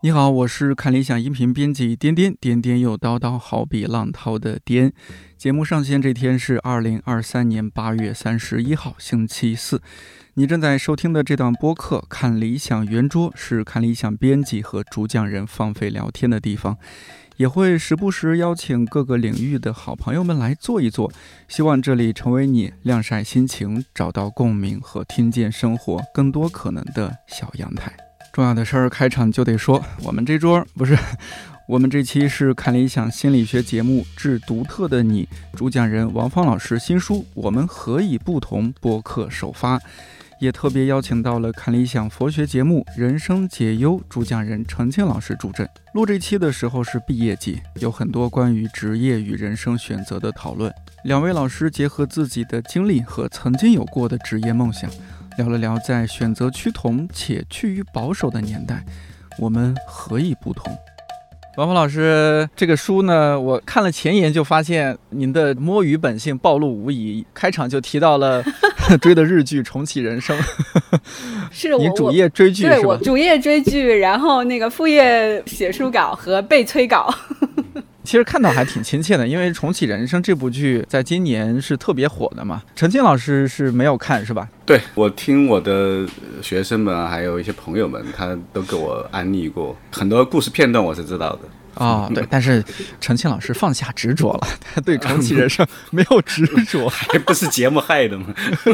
你好，我是看理想音频编辑颠颠，颠颠又叨叨，好比浪涛的颠。节目上线这天是2023年8月31号，星期四。你正在收听的这档播客看理想圆桌，是看理想编辑和主讲人放飞聊天的地方，也会时不时邀请各个领域的好朋友们来坐一坐，希望这里成为你晾晒心情、找到共鸣和听见生活更多可能的小阳台。重要的事儿开场就得说，我们这期是看理想心理学节目《致独特的你》主讲人王芳老师新书《我们何以不同》播客首发，也特别邀请到了看理想佛学节目《人生解忧》主讲人程庆老师助阵。录这期的时候是毕业季，有很多关于职业与人生选择的讨论。两位老师结合自己的经历和曾经有过的职业梦想，聊了聊在选择趋同且趋于保守的年代，我们何以不同。王峰老师，这个书呢，我看了前言就发现您的摸鱼本性暴露无遗，开场就提到了追的日剧《重启人生》 是你主业追剧是吧？ 对，我主业追剧，然后那个副业写书稿和被催稿其实看到还挺亲切的，因为《重启人生》这部剧在今年是特别火的嘛。陈庆老师是没有看是吧？ 对，我听我的学生们还有一些朋友们，他都给我安利过很多故事片段，我是知道的。 哦，对，但是陈庆老师放下执着了，他对重启人生没有执着， 还不是节目害的吗？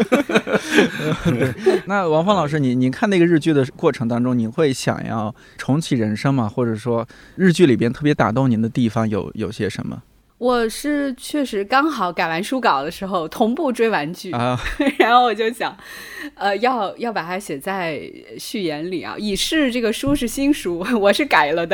对，那王芳老师，你看那个日剧的过程当中，你会想要重启人生吗？或者说日剧里边特别打动您的地方有些什么？ 我是确实刚好改完书稿的时候同步追完剧啊， 然后我就想要把它写在序言里啊，以示这个书是新书，我是改了的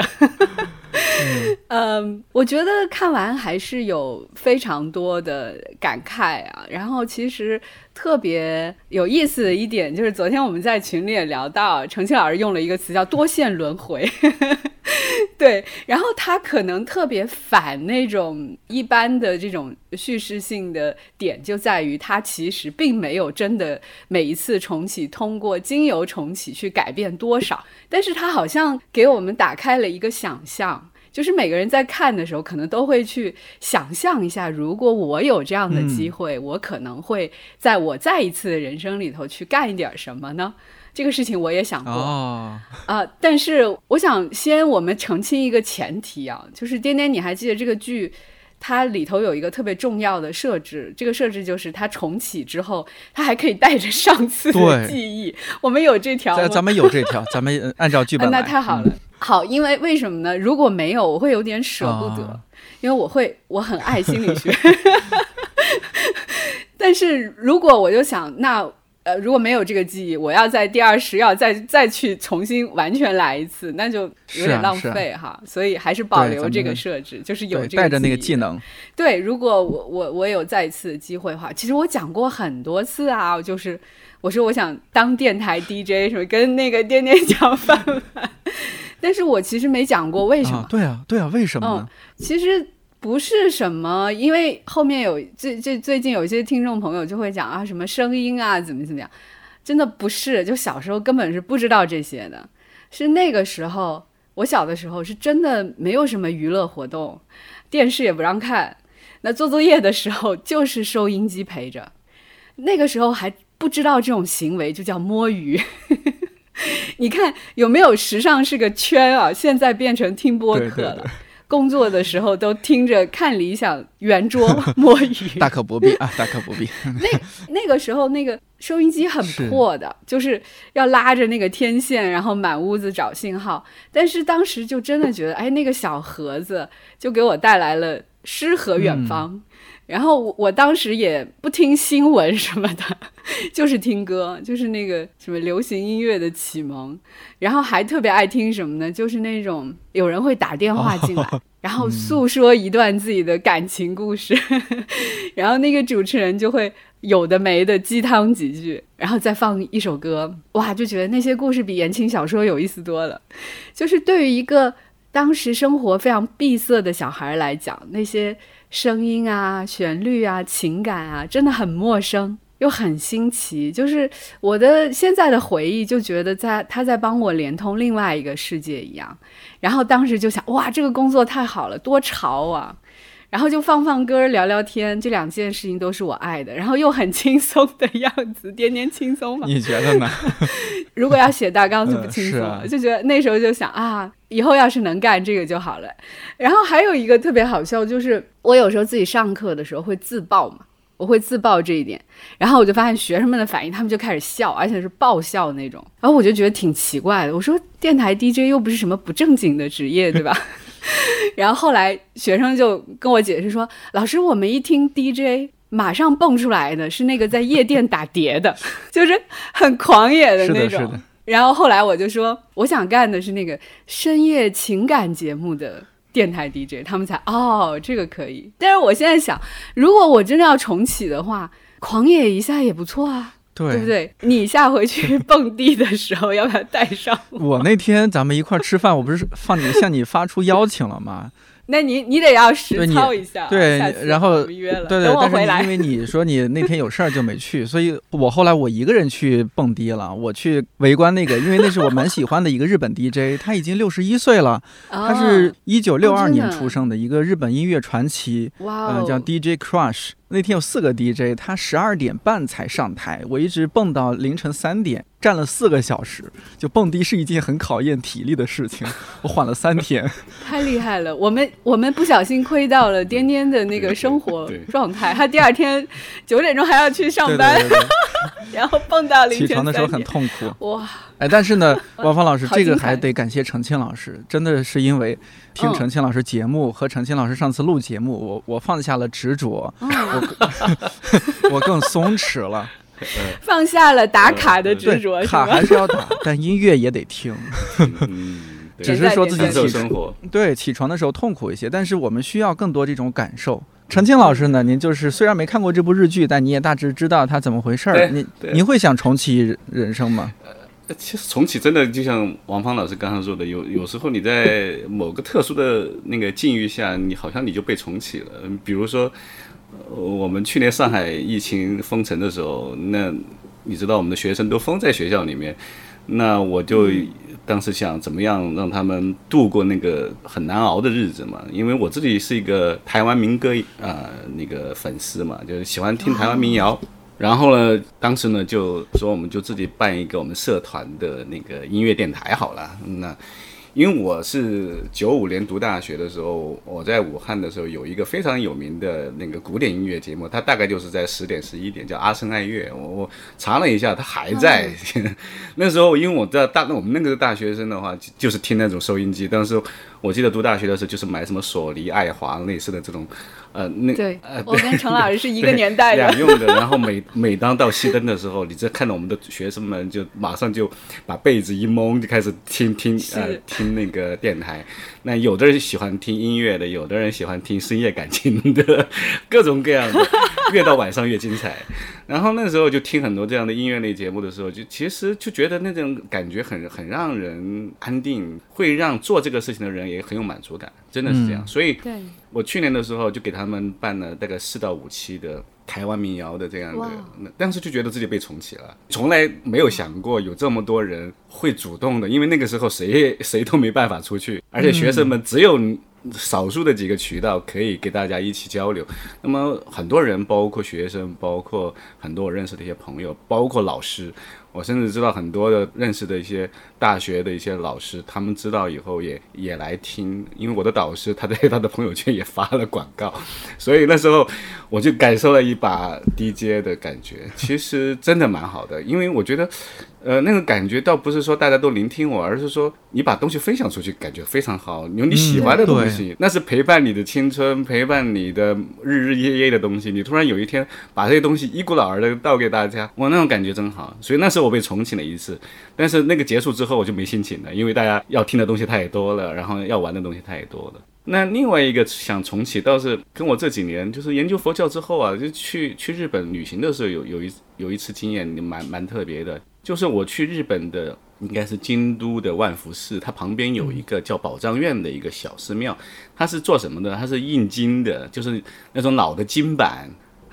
我觉得看完还是有非常多的感慨啊，然后其实特别有意思的一点就是昨天我们在群里也聊到，程庆老师用了一个词叫多线轮回对，然后他可能特别反那种一般的这种叙事性的点，就在于他其实并没有真的每一次重启通过经由重启去改变多少，但是他好像给我们打开了一个想象，就是每个人在看的时候可能都会去想象一下，如果我有这样的机会，我可能会在我再一次的人生里头去干一点什么呢？这个事情我也想过但是我想先我们澄清一个前提啊，就是颠颠你还记得这个剧它里头有一个特别重要的设置，这个设置就是它重启之后它还可以带着上次的记忆，我们有这条吗？ 咱们有这条，咱们按照剧本来那太好了好，因为什么呢？如果没有我会有点舍不得因为我很爱心理学但是如果我就想那如果没有这个记忆，我要在第20要再去重新完全来一次，那就有点浪费哈，所以还是保留这个设置，就是有这个带着那个技能。 对，如果我有再一次的机会的话，其实我讲过很多次啊，就是我说我想当电台 DJ 什么，跟那个颠颠讲范范，但是我其实没讲过为什么。 对啊，为什么呢？ 其实不是什么，因为后面有最近有一些听众朋友就会讲啊，什么声音啊，怎么样，真的不是，就小时候根本是不知道这些的，是那个时候，我小的时候是真的没有什么娱乐活动，电视也不让看，那做作业的时候就是收音机陪着，那个时候还不知道这种行为就叫摸鱼你看有没有时尚是个圈啊，现在变成听播客了，对工作的时候都听着看理想圆桌摸鱼大可不必啊，大可不必那个时候那个收音机很破的，就是要拉着那个天线然后满屋子找信号，但是当时就真的觉得那个小盒子就给我带来了诗和远方然后我当时也不听新闻什么的，就是听歌，就是那个什么流行音乐的启蒙，然后还特别爱听什么呢，就是那种有人会打电话进来然后诉说一段自己的感情故事然后那个主持人就会有的没的鸡汤几句，然后再放一首歌，哇，就觉得那些故事比言情小说有意思多了。就是对于一个当时生活非常闭塞的小孩来讲，那些声音啊旋律啊情感啊真的很陌生， 又很新奇，就是我的现在的回忆就觉得他在帮我连通另外一个世界一样，然后当时就想，哇，这个工作太好了，多潮啊，然后就放歌聊聊天，这2件事情都是我爱的，然后又很轻松的样子，点点轻松嘛。 你觉得呢？ 如果要写大纲就不轻松了， 是啊， 就觉得那时候就想啊，以后要是能干这个就好了。然后还有一个特别好笑，就是我有时候自己上课的时候会自爆嘛，我会自爆这一点，然后我就发现学生们的反应，他们就开始笑，而且是爆笑那种，然后我就觉得挺奇怪的，我说电台 DJ 又不是什么不正经的职业，对吧？然后后来学生就跟我解释说，老师，我们一听 DJ 马上蹦出来的是那个在夜店打碟的，就是很狂野的那种。 是的。 然后后来我就说，我想干的是那个深夜情感节目的电台 DJ， 他们才这个可以。但是我现在想，如果我真的要重启的话，狂野一下也不错啊。对不对？你下回去蹦迪的时候要不要带上我那天咱们一块吃饭，我不是向你发出邀请了吗？ 那你得要实操一下， 对，然后约了， 对， 等我回来。 但是因为你说你那天有事儿就没去，所以后来我一个人去蹦迪了，我去围观那个，因为那是我蛮喜欢的一个日本 DJ， 他已经61岁了，他是1962年出生的一个日本音乐传奇，叫 DJ Crush。那天有4个 DJ， 他12点半才上台，我一直蹦到凌晨3点，站了4个小时。就蹦迪是一件很考验体力的事情，我缓了3天， 太厉害了。我们不小心窥到了颠颠的那个生活状态，他第2天9点钟还要去上班， 对然后蹦到凌晨3点， 起床的时候很痛苦。 哇！ 但是呢，王芳老师，这个还得感谢程庆老师，真的是因为听程庆老师节目和程庆老师上次录节目，我放下了执着，我更松弛了， 放下了打卡的执着， 卡还是要打，但音乐也得听。只是说自己起床的时候痛苦一些，但是我们需要更多这种感受。程庆老师呢，您就是虽然没看过这部日剧，但你也大致知道他怎么回事儿。您会想重启人生吗？ 其实重启真的就像王芳老师刚刚说的，有时候你在某个特殊的那个境遇下，你好像你就被重启了。比如说，我们去年上海疫情封城的时候，那你知道我们的学生都封在学校里面，那我就当时想怎么样让他们度过那个很难熬的日子嘛。因为我自己是一个台湾民歌那个粉丝嘛，就是喜欢听台湾民谣。然后呢，当时呢就说我们就自己办一个我们社团的那个音乐电台好了。那因为我是95年读大学的时候，我在武汉的时候有一个非常有名的那个古典音乐节目，它大概就是在10点11点，叫阿声爱乐。我查了一下，它还在。那时候因为我知道我们那个大学生的话，就是听那种收音机。当时我记得读大学的时候，就是买什么索尼、爱华类似的这种。 对，我跟程老师是一个年代的， 两用的。然后每当到熄灯的时候，你这看到我们的学生们就马上就把被子一蒙，就开始听那个电台。那有的人喜欢听音乐的，有的人喜欢听深夜感情的，各种各样的，越到晚上越精彩。然后那时候就听很多这样的音乐类节目的时候，就其实就觉得那种感觉很让人安定，会让做这个事情的人也很有满足感，真的是这样。所以我去年的时候就给他们办了大概4到5期的台湾民谣的这样的，当时就觉得自己被重启了，从来没有想过有这么多人会主动的，因为那个时候谁都没办法出去，而且学生们只有少数的几个渠道可以给大家一起交流。那么很多人，包括学生，包括很多我认识的一些朋友，包括老师，我甚至知道很多的认识的一些大学的一些老师，他们知道以后也来听，因为我的导师他在他的朋友圈也发了广告，所以那时候我就感受了一把 DJ 的感觉，其实真的蛮好的。因为我觉得那个感觉倒不是说大家都聆听我，而是说你把东西分享出去，感觉非常好，有你喜欢的东西，那是陪伴你的青春，陪伴你的日日夜夜的东西，你突然有一天把这些东西一股脑儿的倒给大家，哇，那种感觉真好。所以那时候我被重启了一次，但是那个结束之后我就没心情了，因为大家要听的东西太多了，然后要玩的东西太多了。那另外一个想重启倒是跟我这几年就是研究佛教之后啊，就去日本旅行的时候有一次经验蛮特别的，就是我去日本的应该是京都的万福寺，它旁边有一个叫宝藏院的一个小寺庙，它是做什么的？它是印经的，就是那种老的经版，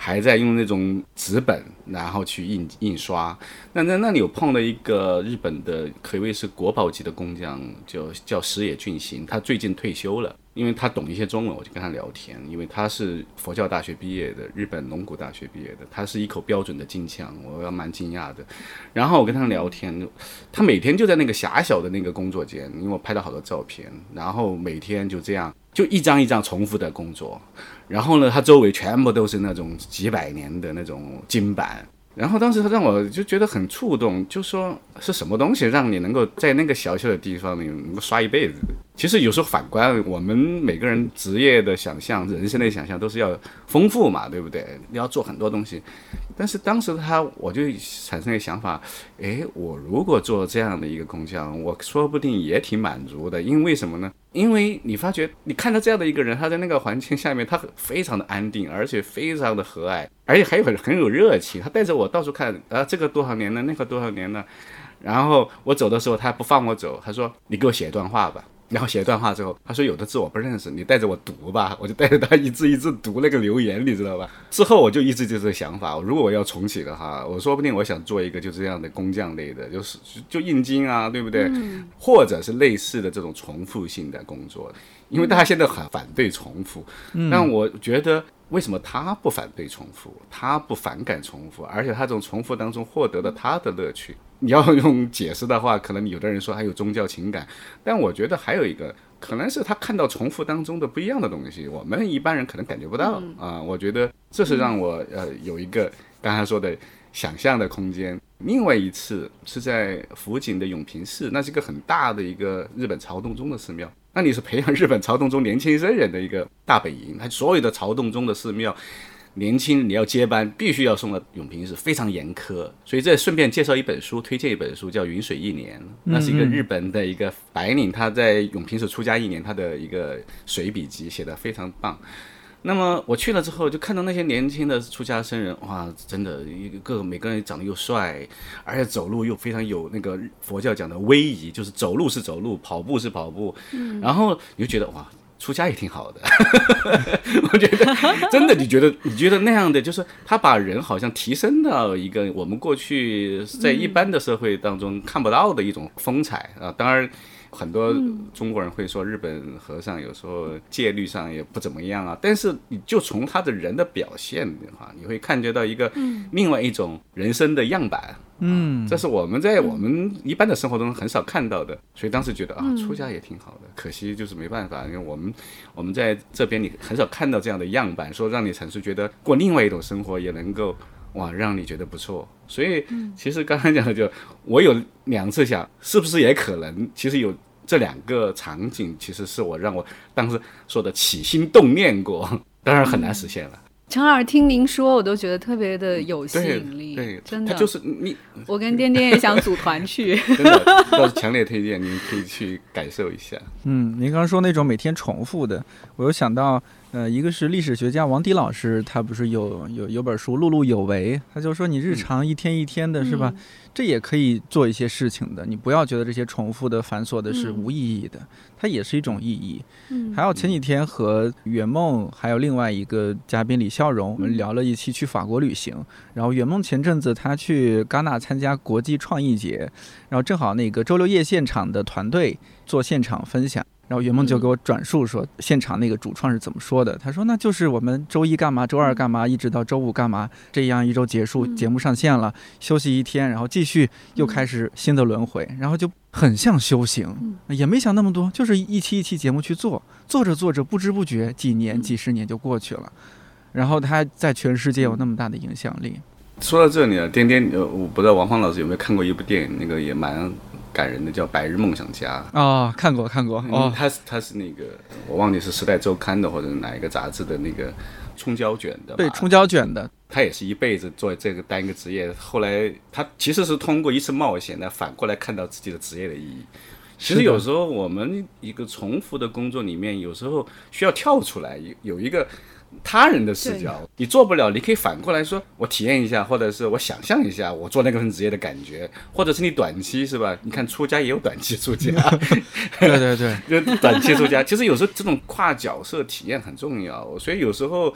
还在用那种纸本然后去印刷。那里有碰到一个日本的可谓是国宝级的工匠，叫石野俊行，他最近退休了，因为他懂一些中文，我就跟他聊天，因为他是佛教大学毕业的，日本龙谷大学毕业的，他是一口标准的京腔，我蛮惊讶的。然后我跟他聊天，他每天就在那个狭小的那个工作间，因为我拍到好多照片，然后每天就这样就一张一张重复的工作，然后呢他周围全部都是那种几百年的那种金板。然后当时他让我就觉得很触动，就说是什么东西让你能够在那个小小的地方你能够刷一辈子。其实有时候反观我们每个人职业的想象、人生的想象都是要丰富嘛，对不对？你要做很多东西。但是当时我就产生一个想法，我如果做这样的一个工匠，我说不定也挺满足的。因为什么呢？因为你发觉你看到这样的一个人，他在那个环境下面，他非常的安定，而且非常的和蔼，而且还有很有热情。他带着我到处看，这个多少年了，那个多少年了。然后我走的时候，他不放我走，他说：“你给我写一段话吧。”然后写一段话之后，他说有的字我不认识，你带着我读吧。我就带着他一字一字读那个留言，你知道吧？之后我就一直就这个想法，如果我要重启的话，我说不定我想做一个就这样的工匠类的，就印金啊，对不对？或者是类似的这种重复性的工作，因为大家现在很反对重复，但我觉得为什么他不反对重复，他不反感重复，而且他从重复当中获得了他的乐趣。你要用解释的话，可能有的人说还有宗教情感，但我觉得还有一个可能是他看到重复当中的不一样的东西，我们一般人可能感觉不到我觉得这是让我有一个刚才说的想象的空间。另外一次是在福井的永平寺，那是一个很大的一个日本曹洞宗的寺庙，那里是培养日本曹洞宗年轻僧人的一个大本营，它所有的曹洞宗的寺庙年轻你要接班必须要送到永平寺，非常严苛。所以这顺便介绍一本书，推荐一本书叫《云水一年》，那是一个日本的一个白领，他在永平寺出家1年，他的一个水笔集写得非常棒。那么我去了之后，就看到那些年轻的出家僧人，哇，真的每个人长得又帅，而且走路又非常有那个佛教讲的威仪，就是走路是走路，跑步是跑步，然后你就觉得哇，出家也挺好的。我觉得真的，你觉得那样的，就是他把人好像提升到一个我们过去在一般的社会当中看不到的一种风采啊。当然很多中国人会说日本和尚有时候戒律上也不怎么样啊，但是你就从他的人的表现的话，你会看觉到一个另外一种人生的样板。这是我们在我们一般的生活中很少看到的，所以当时觉得出家也挺好的，可惜就是没办法，因为我们在这边你很少看到这样的样板，说让你阐述觉得过另外一种生活也能够让你觉得不错。所以其实刚才讲的我有2次想是不是也可能其实有这2个场景，其实是让我当时说的起心动念过，当然很难实现了。 陈老师听您说我都觉得特别的有吸引力， 对， 真的， 他就是我跟颠颠也想组团去。 真的倒是强烈推荐您可以去感受一下。 您刚刚说那种每天重复的，我又想到一个是历史学家王迪老师，他不是有本书《碌碌有为》，他就说你日常一天一天的是吧，这也可以做一些事情的，你不要觉得这些重复的繁琐的是无意义的，它也是一种意义。还有前几天和圆梦还有另外一个嘉宾李笑容，我们聊了一期去法国旅行，然后圆梦前阵子他去戛纳参加国际创意节，然后正好那个周六夜现场的团队做现场分享，然后圆梦就给我转述说现场那个主创是怎么说的，他说那就是我们周一干嘛，周二干嘛，一直到周五干嘛，这样一周结束，节目上线了，休息1天，然后继续又开始新的轮回，然后就很像修行，也没想那么多，就是一期一期节目去做着做着不知不觉几年几十年就过去了，然后他在全世界有那么大的影响力。 说到这里啊，颠颠，我不知道王芳老师有没有看过一部电影，那个也蛮感人的，叫《白日梦想家》。 看过他是那个我忘记是《时代周刊》的或者哪一个杂志的那个冲胶卷的， 对，冲胶卷的。 他也是一辈子做这个单一个职业，后来他其实是通过一次冒险来反过来看到自己的职业的意义。其实有时候我们一个重复的工作里面，有时候需要跳出来，有一个他人的视角，你做不了，你可以反过来说，我体验一下，或者是我想象一下我做那份职业的感觉，或者是你短期是吧？你看出家也有短期出家， 对， 就短期出家。其实有时候这种跨角色体验很重要，所以有时候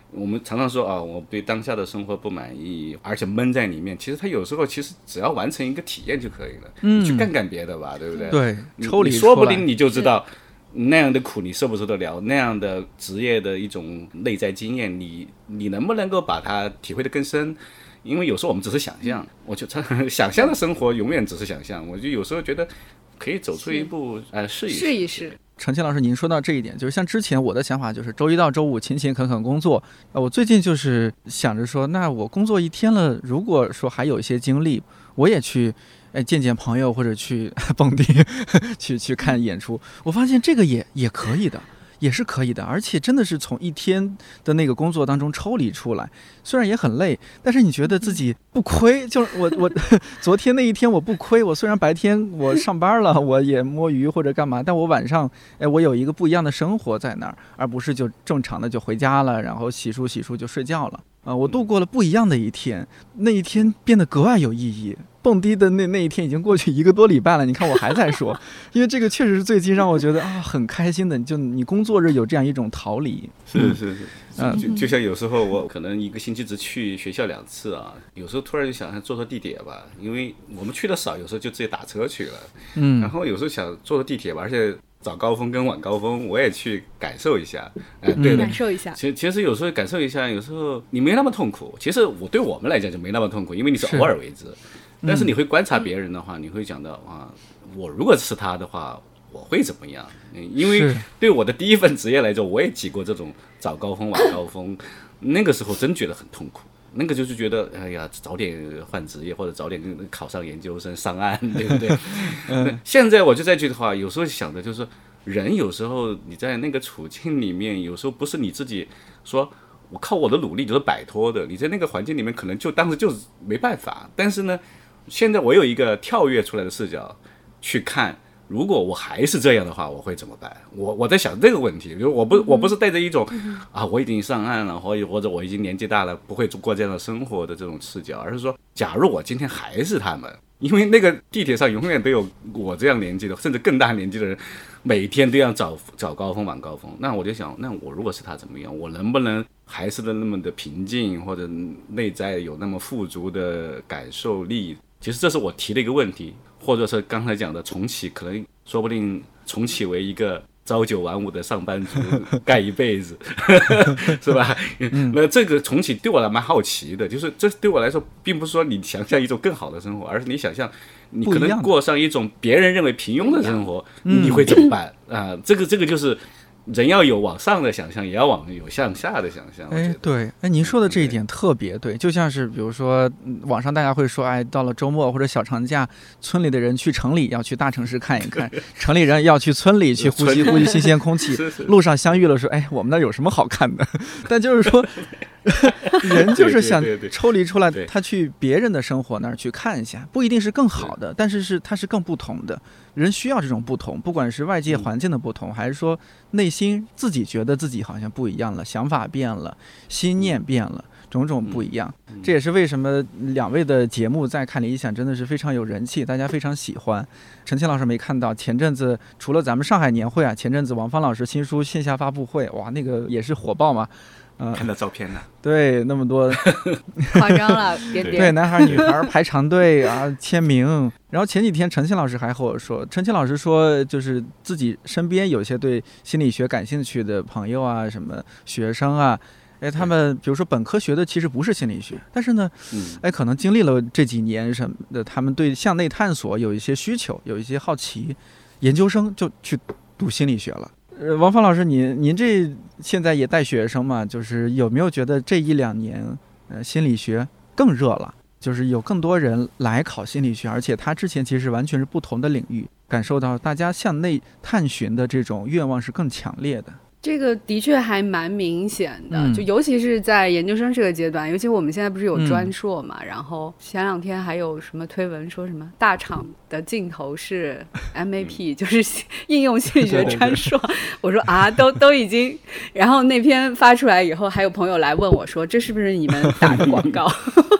我们常常说啊，我对当下的生活不满意，而且闷在里面。其实他有时候其实只要完成一个体验就可以了，你去干别的吧，对不对？ 对，抽离出来， 说不定你就知道那样的苦你受不受得了，那样的职业的一种内在经验，你能不能够把它体会得更深？因为有时候我们只是想象，我就想象的生活永远只是想象。我就有时候觉得可以走出一步，试一试。 程清老师，您说到这一点，就是像之前我的想法就是周一到周五勤勤恳恳工作，我最近就是想着说，那我工作一天了，如果说还有一些精力，我也去见见朋友或者去蹦迪去看演出，我发现这个也可以的，也是可以的，而且真的是从一天的那个工作当中抽离出来，虽然也很累，但是你觉得自己不亏，就是我昨天那一天我不亏，我虽然白天我上班了，我也摸鱼或者干嘛，但我晚上我有一个不一样的生活在那儿，而不是就正常的就回家了，然后洗漱就睡觉了我度过了不一样的一天，那一天变得格外有意义。蹦迪的那一天已经过去1个多礼拜了，你看我还在说，因为这个确实是最近让我觉得很开心的，就你工作日有这样一种逃离。 是，就像有时候我可能1个星期只去学校2次啊，有时候突然就想坐地铁吧，因为我们去的少，有时候就直接打车去了。然后有时候想坐地铁吧，而且早高峰跟晚高峰我也去感受一下，对的， 感受一下。 其实有时候感受一下，有时候你没那么痛苦。其实对我们来讲就没那么痛苦，因为你是偶尔为之。但是你会观察别人的话，你会讲到我如果是他的话，我会怎么样？因为对我的第一份职业来说，我也挤过这种早高峰、晚高峰，那个时候真觉得很痛苦。那个就是觉得，哎呀，早点换职业或者早点考上研究生上岸，对不对？现在我就再去的话，有时候想的就是，人有时候你在那个处境里面，有时候不是你自己说我靠我的努力就是摆脱的，你在那个环境里面可能就当时就是没办法。但是呢，现在我有一个跳跃出来的视角去看，如果我还是这样的话，我会怎么办？我在想这个问题，我不是带着一种我已经上岸了，或者我已经年纪大了，不会过这样的生活的这种视角，而是说，假如我今天还是他们，因为那个地铁上永远都有我这样年纪的，甚至更大年纪的人，每天都要早高峰晚高峰。那我就想，那我如果是他怎么样？我能不能还是那么的平静，或者内在有那么富足的感受力？其实这是我提的一个问题，或者是刚才讲的重启，可能说不定重启为一个朝9晚5的上班族干一辈子是吧？那这个重启对我来蛮好奇的，就是这对我来说并不是说你想象一种更好的生活，而是你想象你可能过上一种别人认为平庸的生活，你会怎么办这个就是人要有往上的想象，也要有向下的想象。 对，您说的这一点特别对，就像是比如说网上大家会说，到了周末或者小长假，村里的人去城里要去大城市看一看，城里人要去村里去呼吸新鲜空气。路上相遇了说，我们那有什么好看的？但就是说人就是想抽离出来，他去别人的生活那儿去看一下，不一定是更好的，但是它是更不同的。人需要这种不同，不管是外界环境的不同，还是说内心自己觉得自己好像不一样了，想法变了，心念变了，种种不一样。这也是为什么2位的节目在看理想真的是非常有人气，大家非常喜欢。陈清老师没看到，前阵子除了咱们上海年会前阵子王芳老师新书线下发布会，哇，那个也是火爆嘛。 看到照片了， 对，那么多夸张了， 对，男孩女孩排长队签名。然后前几天陈清老师还和我说，陈清老师说就是自己身边有些对心理学感兴趣的朋友什么学生他们比如说本科学的其实不是心理学，但是呢可能经历了这几年什么的，他们对向内探索有一些需求，有一些好奇，研究生就去读心理学了。王芳老师，您这现在也带学生嘛？就是有没有觉得这1-2年，心理学更热了？就是有更多人来考心理学，而且他之前其实完全是不同的领域，感受到大家向内探寻的这种愿望是更强烈的。 这个的确还蛮明显的，就尤其是在研究生这个阶段，尤其我们现在不是有专硕嘛，然后前2天还有什么推文说什么大厂的尽头是 MAP，就是应用心理学专硕。我说都已经，然后那篇发出来以后，还有朋友来问我说，这是不是你们打的广告？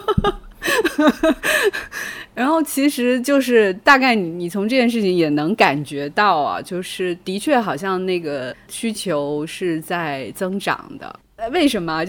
然后其实就是大概你从这件事情也能感觉到就是的确好像那个需求是在增长的。为什么？就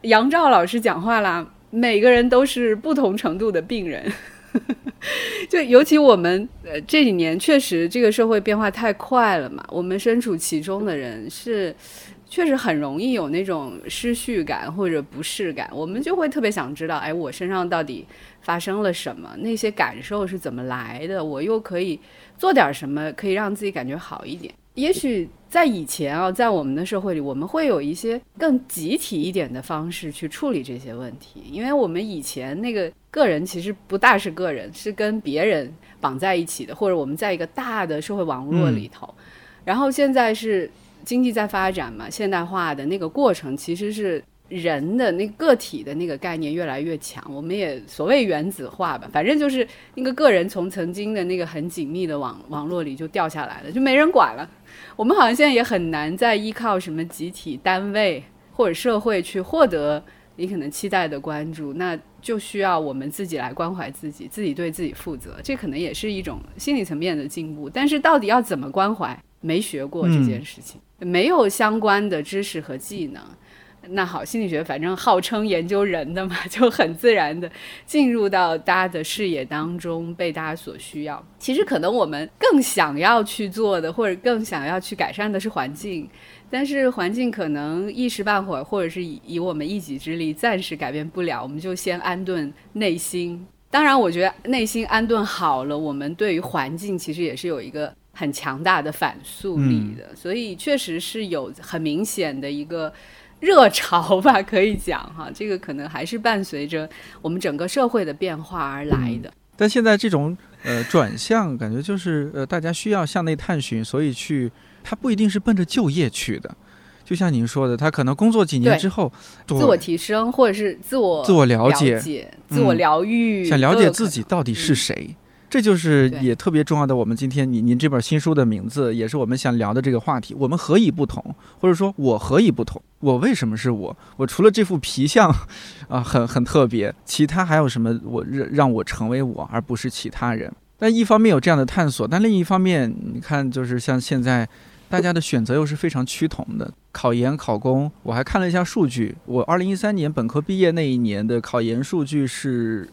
杨照老师讲话啦，每个人都是不同程度的病人。就尤其我们这几年确实这个社会变化太快了嘛，我们身处其中的人是确实很容易有那种失序感或者不适感，我们就会特别想知道，哎，我身上到底发生了什么，那些感受是怎么来的，我又可以做点什么可以让自己感觉好一点。也许在以前啊，在我们的社会里，我们会有一些更集体一点的方式去处理这些问题，因为我们以前那个个人其实不大是个人，是跟别人绑在一起的，或者我们在一个大的社会网络里头，然后现在是经济在发展嘛，现代化的那个过程其实是人的那个个体的那个概念越来越强，我们也所谓原子化吧，反正就是那个个人从曾经的那个很紧密的网络里就掉下来了，就没人管了。我们好像现在也很难再依靠什么集体单位或者社会去获得你可能期待的关注，那就需要我们自己来关怀自己，自己对自己负责，这可能也是一种心理层面的进步。但是到底要怎么关怀，没学过这件事情，没有相关的知识和技能。那好，心理学反正号称研究人的嘛，就很自然的进入到大家的视野当中，被大家所需要。其实可能我们更想要去做的，或者更想要去改善的是环境，但是环境可能一时半会儿，或者是以我们一己之力暂时改变不了，我们就先安顿内心。当然我觉得内心安顿好了，我们对于环境其实也是有一个很强大的反溯力的，所以确实是有很明显的一个热潮吧，可以讲哈，这个可能还是伴随着我们整个社会的变化而来的。 但现在这种转向，感觉就是大家需要向内探寻，所以他不一定是奔着就业去的。就像您说的，他可能工作几年之后， 自我提升或者是自我了解、 自我疗愈， 想了解自己到底是谁。这就是也特别重要的。我们今天您这本新书的名字，也是我们想聊的这个话题。我们何以不同，或者说我何以不同？我为什么是我？我除了这副皮相很特别，其他还有什么让我成为我，而不是其他人？但一方面有这样的探索，但另一方面，你看，就是像现在大家的选择又是非常趋同的。考研考公，我还看了一下数据，我2013年本科毕业那一年的考研数据是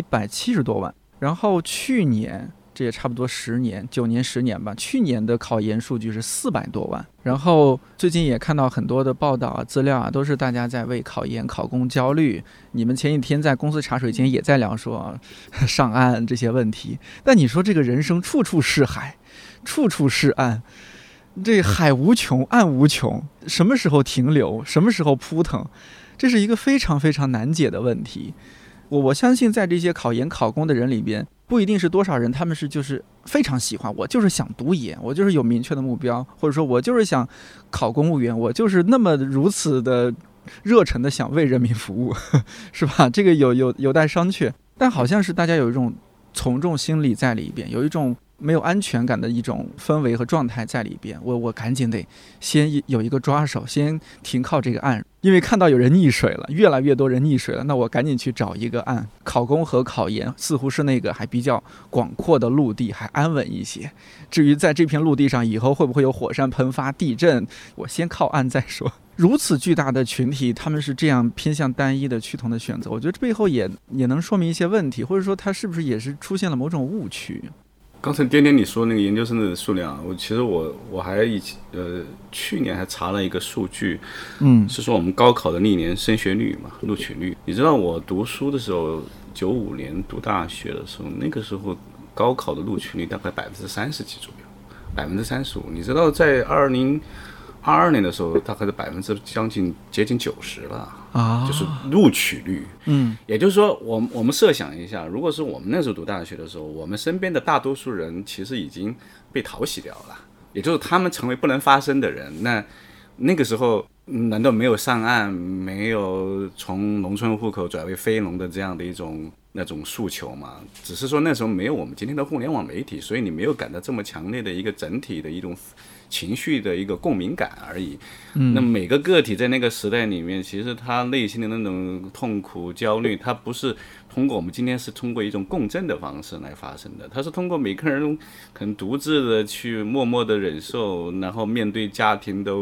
170多万。然后去年，这也差不多9年10年吧，去年的考研数据是400多万。然后最近也看到很多的报道啊、资料啊，都是大家在为考研考公焦虑。你们前几天在公司茶水间也在聊说上岸这些问题。但你说这个人生处处是海，处处是岸，这海无穷，岸无穷，什么时候停留，什么时候扑腾，这是一个非常非常难解的问题。我相信在这些考研考公的人里边，不一定是多少人他们是就是非常喜欢，我就是想读研，我就是有明确的目标，或者说我就是想考公务员，我就是那么如此的热忱的想为人民服务，是吧？这个有待商榷。但好像是大家有一种从众心理在里边，有一种没有安全感的一种氛围和状态在里边。我赶紧得先有一个抓手，先停靠这个岸，因为看到有人溺水了，越来越多人溺水了，那我赶紧去找一个岸。考公和考研似乎是那个还比较广阔的陆地，还安稳一些。至于在这片陆地上以后会不会有火山喷发、地震，我先靠岸再说。如此巨大的群体，他们是这样偏向单一的趋同的选择，我觉得这背后也能说明一些问题，或者说它是不是也是出现了某种误区。 刚才颠颠你说那个研究生的数量，其实我还去年还查了一个数据，是说我们高考的历年升学率嘛，录取率。你知道我读书的时候，95年读大学的时候，那个时候高考的录取率大概30%几左右，35%。你知道在2022年的时候，大概是将近接近90%了啊，就是录取率。也就是说，我们设想一下，如果是我们那时候读大学的时候，我们身边的大多数人其实已经被淘洗掉了，也就是他们成为不能发声的人。那个时候，难道没有上岸，没有从农村户口转为非农的这样的那种诉求吗？只是说那时候没有我们今天的互联网媒体，所以你没有感到这么强烈的一个整体的一种情绪的一个共鸣感而已。那每个个体在那个时代里面，其实他内心的那种痛苦焦虑，他不是通过我们今天是通过一种共振的方式来发生的，他是通过每个人可能独自的去默默的忍受，然后面对家庭的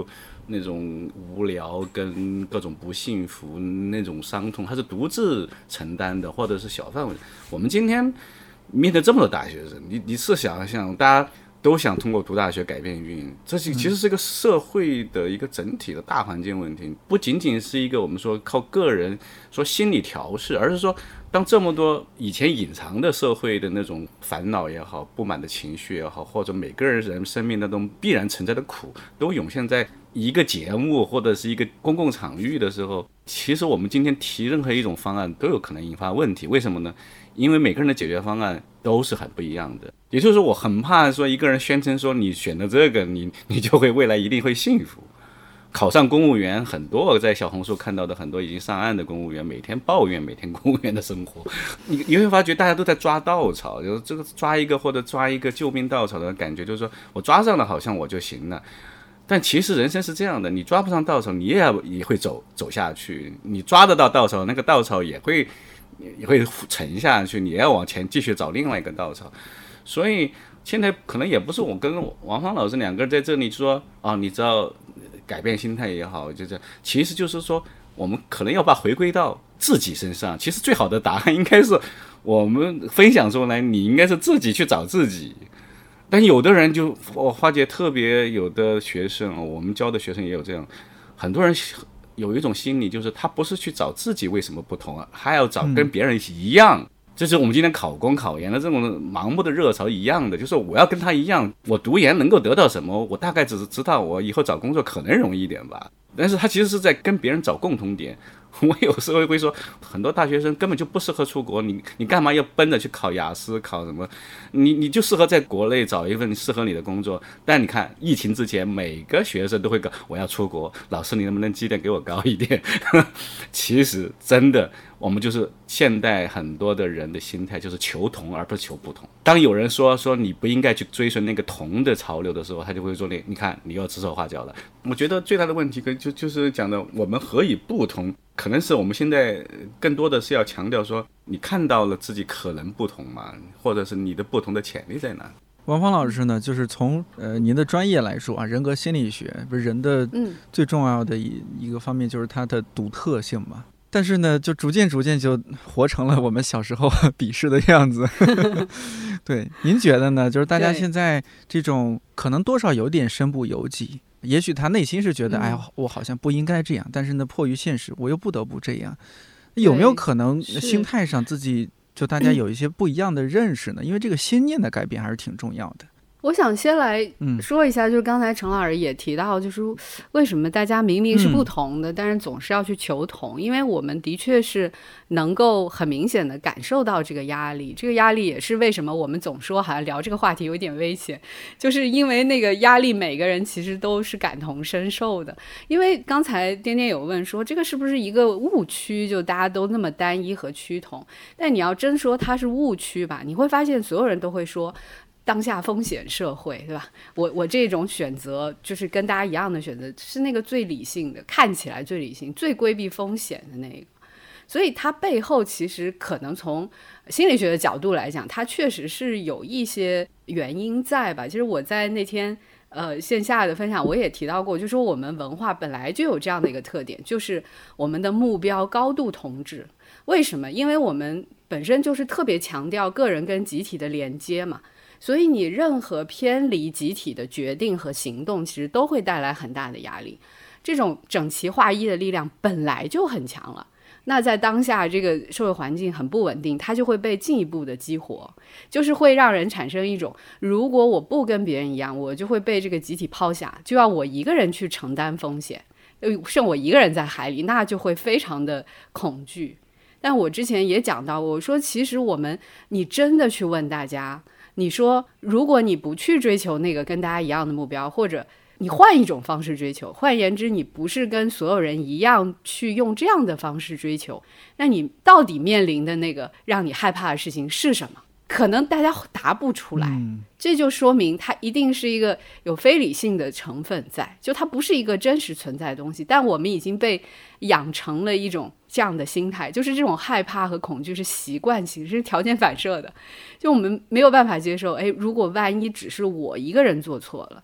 那种无聊跟各种不幸福那种伤痛，他是独自承担的，或者是小范围。我们今天面对这么多大学生，你试想想，大家都想通过读大学改变命运，这其实是一个社会的一个整体的大环境问题，不仅仅是一个我们说靠个人说心理调试，而是说当这么多以前隐藏的社会的那种烦恼也好，不满的情绪也好，或者每个人生命当中必然存在的苦，都涌现在一个节目或者是一个公共场域的时候，其实我们今天提任何一种方案都有可能引发问题。为什么呢？因为每个人的解决方案都是很不一样的。也就是说，我很怕说一个人宣称说你选了这个，你就会未来一定会幸福。考上公务员，很多我在小红书看到的很多已经上岸的公务员，每天抱怨每天公务员的生活，你会发觉大家都在抓稻草，就是这个抓一个或者抓一个救命稻草的感觉，就是说我抓上了好像我就行了。但其实人生是这样的，你抓不上稻草，你也会走下去；你抓得到稻草，那个稻草也会沉下去，你也要往前继续找另外一个稻草。所以现在可能也不是我跟王芳老师两个人在这里说啊，你知道改变心态也好，其实就是说我们可能要把回归到自己身上。其实最好的答案应该是我们分享出来，你应该是自己去找自己。但有的人就我发觉特别有的学生，我们教的学生也有这样，很多人有一种心理，就是他不是去找自己为什么不同啊，还要找跟别人一样。这是我们今天考公考研的这种盲目的热潮一样的，就是我要跟他一样，我读研能够得到什么，我大概只是知道我以后找工作可能容易一点吧，但是他其实是在跟别人找共同点。我有时候会说，很多大学生根本就不适合出国，你干嘛要奔着去考雅思考什么？你就适合在国内找一份适合你的工作。但你看疫情之前，每个学生都会搞我要出国，老师你能不能绩点给我高一点？其实真的，我们就是现代很多的人的心态就是求同而不是求不同。当有人说你不应该去追随那个同的潮流的时候，他就会说你看你又指手画脚了。我觉得最大的问题就是讲的我们何以不同，可能是我们现在更多的是要强调说你看到了自己可能不同嘛，或者是你的不同的潜力在哪。 王芳老师呢，就是从您的专业来说啊，人格心理学不是人的最重要的一个方面就是它的独特性嘛。但是呢，就逐渐就活成了我们小时候鄙视的样子。对，您觉得呢？就是大家现在这种可能多少有点身不由己，也许他内心是觉得，哎，我好像不应该这样，但是呢，迫于现实，我又不得不这样。有没有可能心态上自己就大家有一些不一样的认识呢？因为这个心念的改变还是挺重要的。 我想先来说一下，就是刚才陈老师也提到，就是为什么大家明明是不同的，但是总是要去求同，因为我们的确是能够很明显的感受到这个压力，这个压力也是为什么我们总说好像聊这个话题有点危险，就是因为那个压力每个人其实都是感同身受的。因为刚才颠颠有问说这个是不是一个误区，就大家都那么单一和趋同，但你要真说它是误区吧，你会发现所有人都会说当下风险社会，对吧？我这种选择就是跟大家一样的选择，是那个最理性的，看起来最理性、最规避风险的那个。所以它背后其实可能从心理学的角度来讲，它确实是有一些原因在吧。其实我在那天线下的分享我也提到过，就是说我们文化本来就有这样的一个特点，就是我们的目标高度同质。为什么？因为我们本身就是特别强调个人跟集体的连接嘛。所以你任何偏离集体的决定和行动，其实都会带来很大的压力。这种整齐划一的力量本来就很强了，那在当下这个社会环境很不稳定，它就会被进一步的激活，就是会让人产生一种，如果我不跟别人一样，我就会被这个集体抛下，就要我一个人去承担风险，剩我一个人在海里，那就会非常的恐惧。但我之前也讲到，我说其实你真的去问大家，你说如果你不去追求那个跟大家一样的目标，或者你换一种方式追求，换言之你不是跟所有人一样去用这样的方式追求，那你到底面临的那个让你害怕的事情是什么？可能大家答不出来，这就说明它一定是一个有非理性的成分在，就它不是一个真实存在的东西，但我们已经被养成了一种这样的心态，就是这种害怕和恐惧是习惯性，是条件反射的，就我们没有办法接受，如果万一只是我一个人做错了，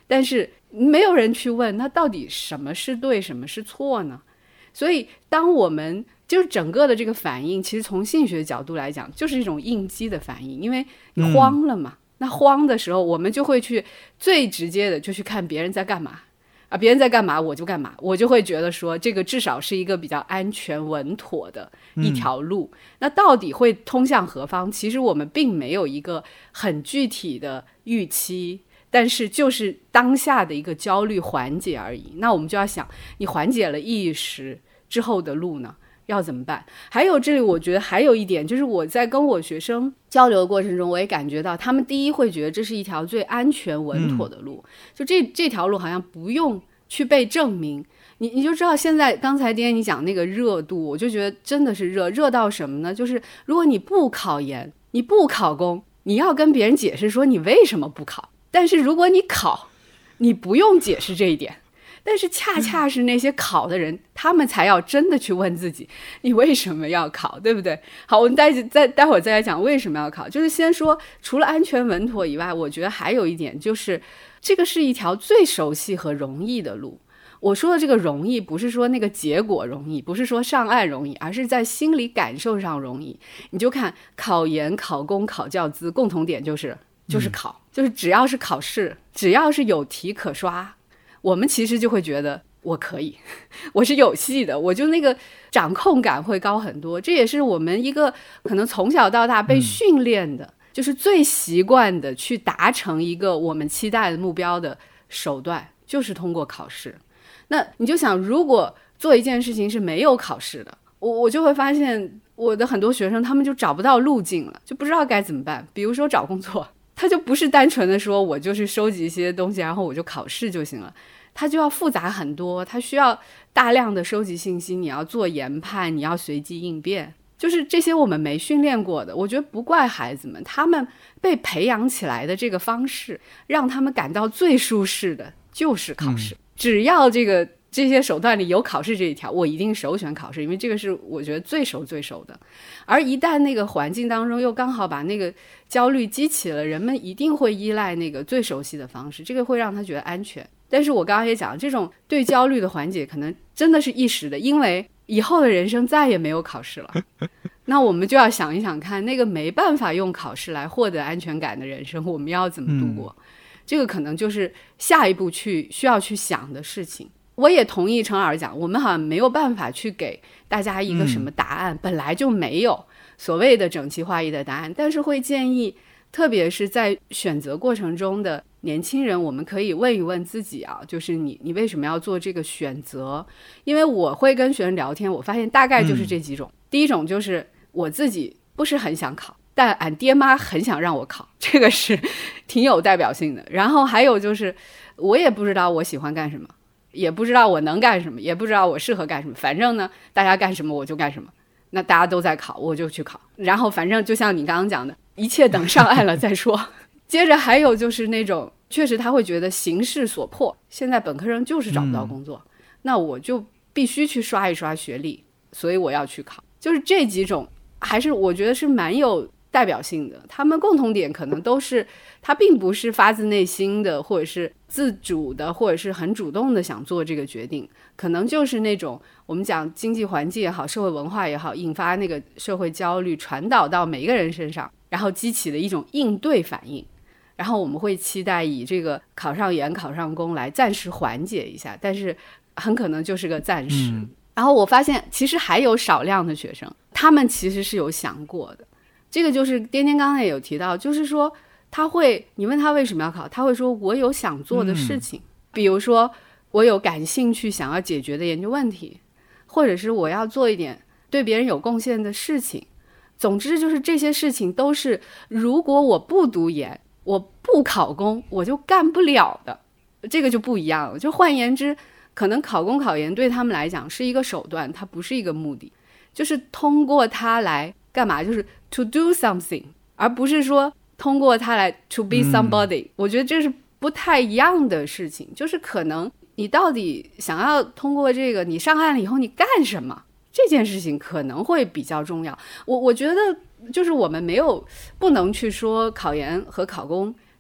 但是没有人去问那到底什么是对什么是错呢？所以当我们就是整个的这个反应，其实从心理学角度来讲就是一种应激的反应，因为你慌了嘛，那慌的时候我们就会去最直接的就去看别人在干嘛啊，别人在干嘛我就干嘛，我就会觉得说这个至少是一个比较安全稳妥的一条路。那到底会通向何方，其实我们并没有一个很具体的预期，但是就是当下的一个焦虑缓解而已。那我们就要想，你缓解了一时之后的路呢要怎么办？还有这里我觉得还有一点，就是我在跟我学生交流的过程中，我也感觉到他们第一会觉得这是一条最安全稳妥的路，就这条路好像不用去被证明。你就知道现在刚才爹你讲那个热度，我就觉得真的是热到什么呢？就是如果你不考研，你不考公，你要跟别人解释说你为什么不考，但是如果你考，你不用解释这一点。但是恰恰是那些考的人，他们才要真的去问自己你为什么要考，对不对？好，我们待会儿再来讲为什么要考。就是先说除了安全稳妥以外，我觉得还有一点就是这个是一条最熟悉和容易的路。我说的这个容易不是说那个结果容易，不是说上岸容易，而是在心理感受上容易。你就看考研考公考教资共同点就是考，就是只要是考试，只要是有题可刷，我们其实就会觉得我可以，我是有戏的，我就那个掌控感会高很多。这也是我们一个可能从小到大被训练的，就是最习惯的去达成一个我们期待的目标的手段，就是通过考试。那你就想，如果做一件事情是没有考试的，我就会发现我的很多学生他们就找不到路径了，就不知道该怎么办。比如说找工作，他就不是单纯的说我就是收集一些东西然后我就考试就行了，它就要复杂很多，它需要大量的收集信息，你要做研判，你要随机应变，就是这些我们没训练过的。我觉得不怪孩子们，他们被培养起来的这个方式让他们感到最舒适的就是考试，只要这些手段里有考试这一条，我一定首选考试，因为这个是我觉得最熟的。而一旦那个环境当中又刚好把那个焦虑激起了，人们一定会依赖那个最熟悉的方式，这个会让他觉得安全。但是我刚刚也讲，这种对焦虑的缓解可能真的是一时的，因为以后的人生再也没有考试了。那我们就要想一想看，那个没办法用考试来获得安全感的人生，我们要怎么度过？这个可能就是下一步需要去想的事情。我也同意陈老师讲，我们好像没有办法去给大家一个什么答案，本来就没有所谓的整齐划一的答案，但是会建议特别是在选择过程中的年轻人，我们可以问一问自己啊，就是你为什么要做这个选择？因为我会跟学生聊天，我发现大概就是这几种。第一种就是我自己不是很想考，但俺爹妈很想让我考，这个是挺有代表性的。然后还有就是我也不知道我喜欢干什么，也不知道我能干什么，也不知道我适合干什么，反正呢大家干什么我就干什么，那大家都在考我就去考，然后反正就像你刚刚讲的，一切等上岸了再说。接着还有就是那种确实他会觉得形势所迫，现在本科生就是找不到工作，那我就必须去刷一刷学历，所以我要去考。就是这几种还是我觉得是蛮有代表性的，他们共同点可能都是他并不是发自内心的，或者是自主的，或者是很主动的想做这个决定，可能就是那种我们讲经济环境也好，社会文化也好，引发那个社会焦虑传导到每一个人身上，然后激起的一种应对反应，然后我们会期待以这个考上研考上公来暂时缓解一下，但是很可能就是个暂时。然后我发现其实还有少量的学生，他们其实是有想过的，这个就是颠颠刚才也有提到，就是说你问他为什么要考，他会说我有想做的事情，比如说我有感兴趣想要解决的研究问题，或者是我要做一点对别人有贡献的事情。总之就是这些事情都是如果我不读研，我不考公，我就干不了的，这个就不一样了。就换言之，可能考公考研对他们来讲是一个手段，它不是一个目的，就是通过它来干嘛，就是 to do something， 而不是说通过它来 to be somebody。我觉得这是不太一样的事情，就是可能你到底想要通过这个，你上岸了以后你干什么，这件事情可能会比较重要。我觉得就是我们不能去说考研和考公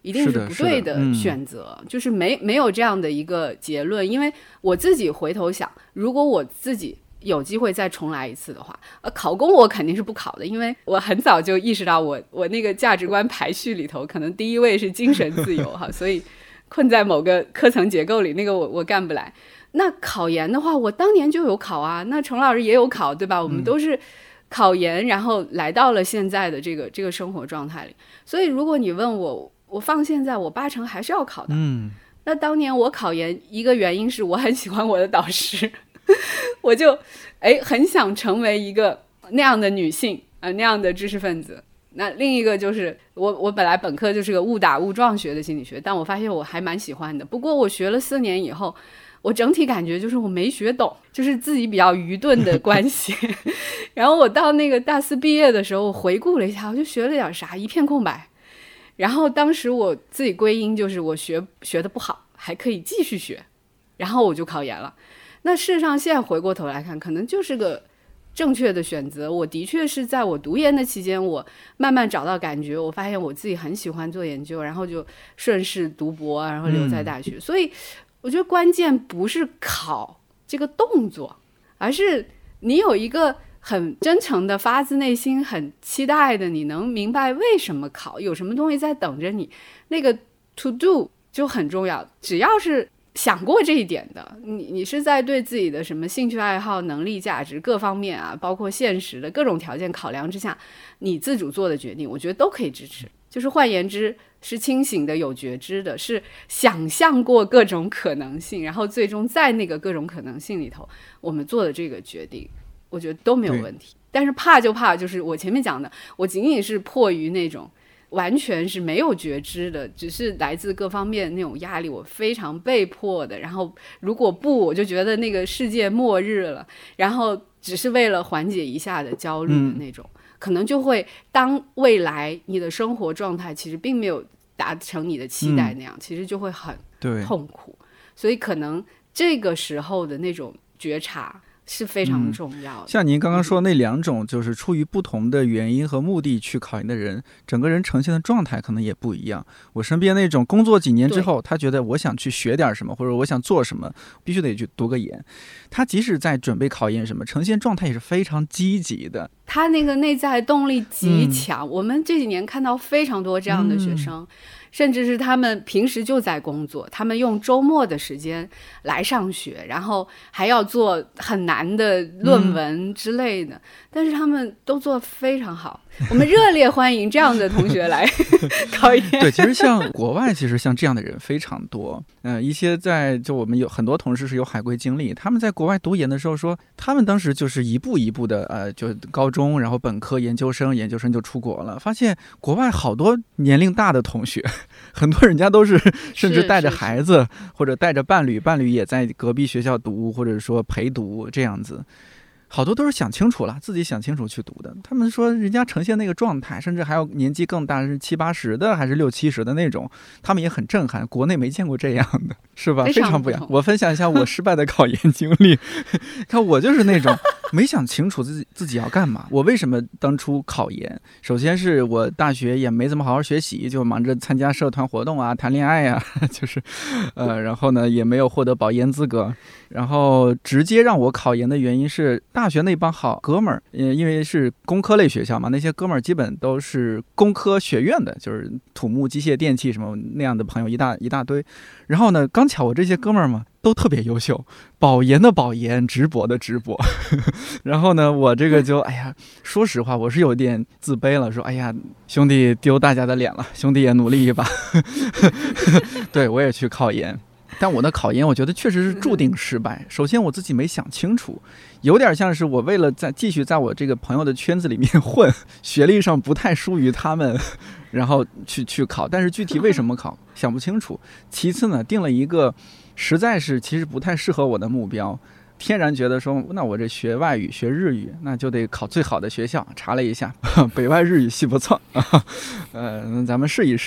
一定是不对的选择，就是没有这样的一个结论。因为我自己回头想，如果我自己有机会再重来一次的话，考公我肯定是不考的，因为我很早就意识到我那个价值观排序里头，可能第一位是精神自由哈，所以困在某个科层结构里，那个我干不来。那考研的话，我当年就有考啊，那程老师也有考，对吧？我们都是考研，然后来到了现在的这个生活状态里。所以如果你问我放现在，我8成还是要考的。那当年我考研一个原因是我很喜欢我的导师，我就很想成为一个那样的女性那样的知识分子。那另一个就是我本来本科就是个误打误撞学的心理学，但我发现我还蛮喜欢的。不过我学了4年以后，我整体感觉就是我没学懂，就是自己比较愚钝的关系。然后我到那个大4毕业的时候，我回顾了一下，我就学了点啥，一片空白。然后当时我自己归因就是我学的不好，还可以继续学，然后我就考研了。那事实上现在回过头来看，可能就是个正确的选择。我的确是在我读研的期间，我慢慢找到感觉，我发现我自己很喜欢做研究，然后就顺势读博，然后留在大学。所以我觉得关键不是考这个动作，而是你有一个很真诚的发自内心很期待的，你能明白为什么考，有什么东西在等着你，那个 to do 就很重要。只要是想过这一点的，你是在对自己的什么兴趣爱好、能力、价值各方面包括现实的各种条件考量之下，你自主做的决定，我觉得都可以支持。就是换言之，是清醒的、有觉知的，是想象过各种可能性，然后最终在那个各种可能性里头，我们做的这个决定，我觉得都没有问题。但是怕就怕，就是我前面讲的，我仅仅是迫于那种完全是没有觉知的，只是来自各方面那种压力，我非常被迫的。然后如果不，我就觉得那个世界末日了。然后只是为了缓解一下的焦虑的那种。可能就会当未来你的生活状态其实并没有达成你的期待那样，其实就会很痛苦。所以可能这个时候的那种觉察是非常重要的。 像您刚刚说那2种，就是出于不同的原因和目的去考研的人，整个人呈现的状态可能也不一样。我身边那种工作几年之后，他觉得我想去学点什么，或者我想做什么，必须得去读个研。他即使在准备考研什么，呈现状态也是非常积极的， 他那个内在动力极强。我们这几年看到非常多这样的学生，甚至是他们平时就在工作，他们用周末的时间来上学，然后还要做很难的论文之类的，但是他们都做非常好。我们热烈欢迎这样的同学来考研。 对，其实像国外，其实像这样的人非常多。一些就我们有很多同事是有海归经历，他们在国外读研的时候说，他们当时就是一步一步的，就高中，然后本科、研究生就出国了，发现国外好多年龄大的同学，很多人家都是甚至带着孩子或者带着伴侣也在隔壁学校读，或者说陪读这样子。好多都是想清楚了，自己想清楚去读的。他们说人家呈现那个状态，甚至还有年纪更大，是70、80的，还是60、70的那种，他们也很震撼，国内没见过这样的，是吧？非常不一样。我分享一下我失败的考研经历。看我就是那种没想清楚自己要干嘛。我为什么当初考研？首先是我大学也没怎么好好学习，就忙着参加社团活动谈恋爱就是然后呢也没有获得保研资格。然后直接让我考研的原因是大学那帮好哥们儿，因为是工科类学校嘛，那些哥们儿基本都是工科学院的，就是土木、机械、电气什么那样的朋友一大堆。然后呢，刚巧我这些哥们儿嘛都特别优秀，保研的保研，直博的直博。然后呢，我这个就说实话，我是有点自卑了，说兄弟丢大家的脸了，兄弟也努力一把。对，我也去考研。但我的考研我觉得确实是注定失败。首先我自己没想清楚，有点像是我为了继续在我这个朋友的圈子里面混，学历上不太输于他们，然后去考，但是具体为什么考想不清楚。其次呢，定了一个实在是其实不太适合我的目标，天然觉得说那我这学外语学日语那就得考最好的学校，查了一下北外日语系不错，那咱们试一试。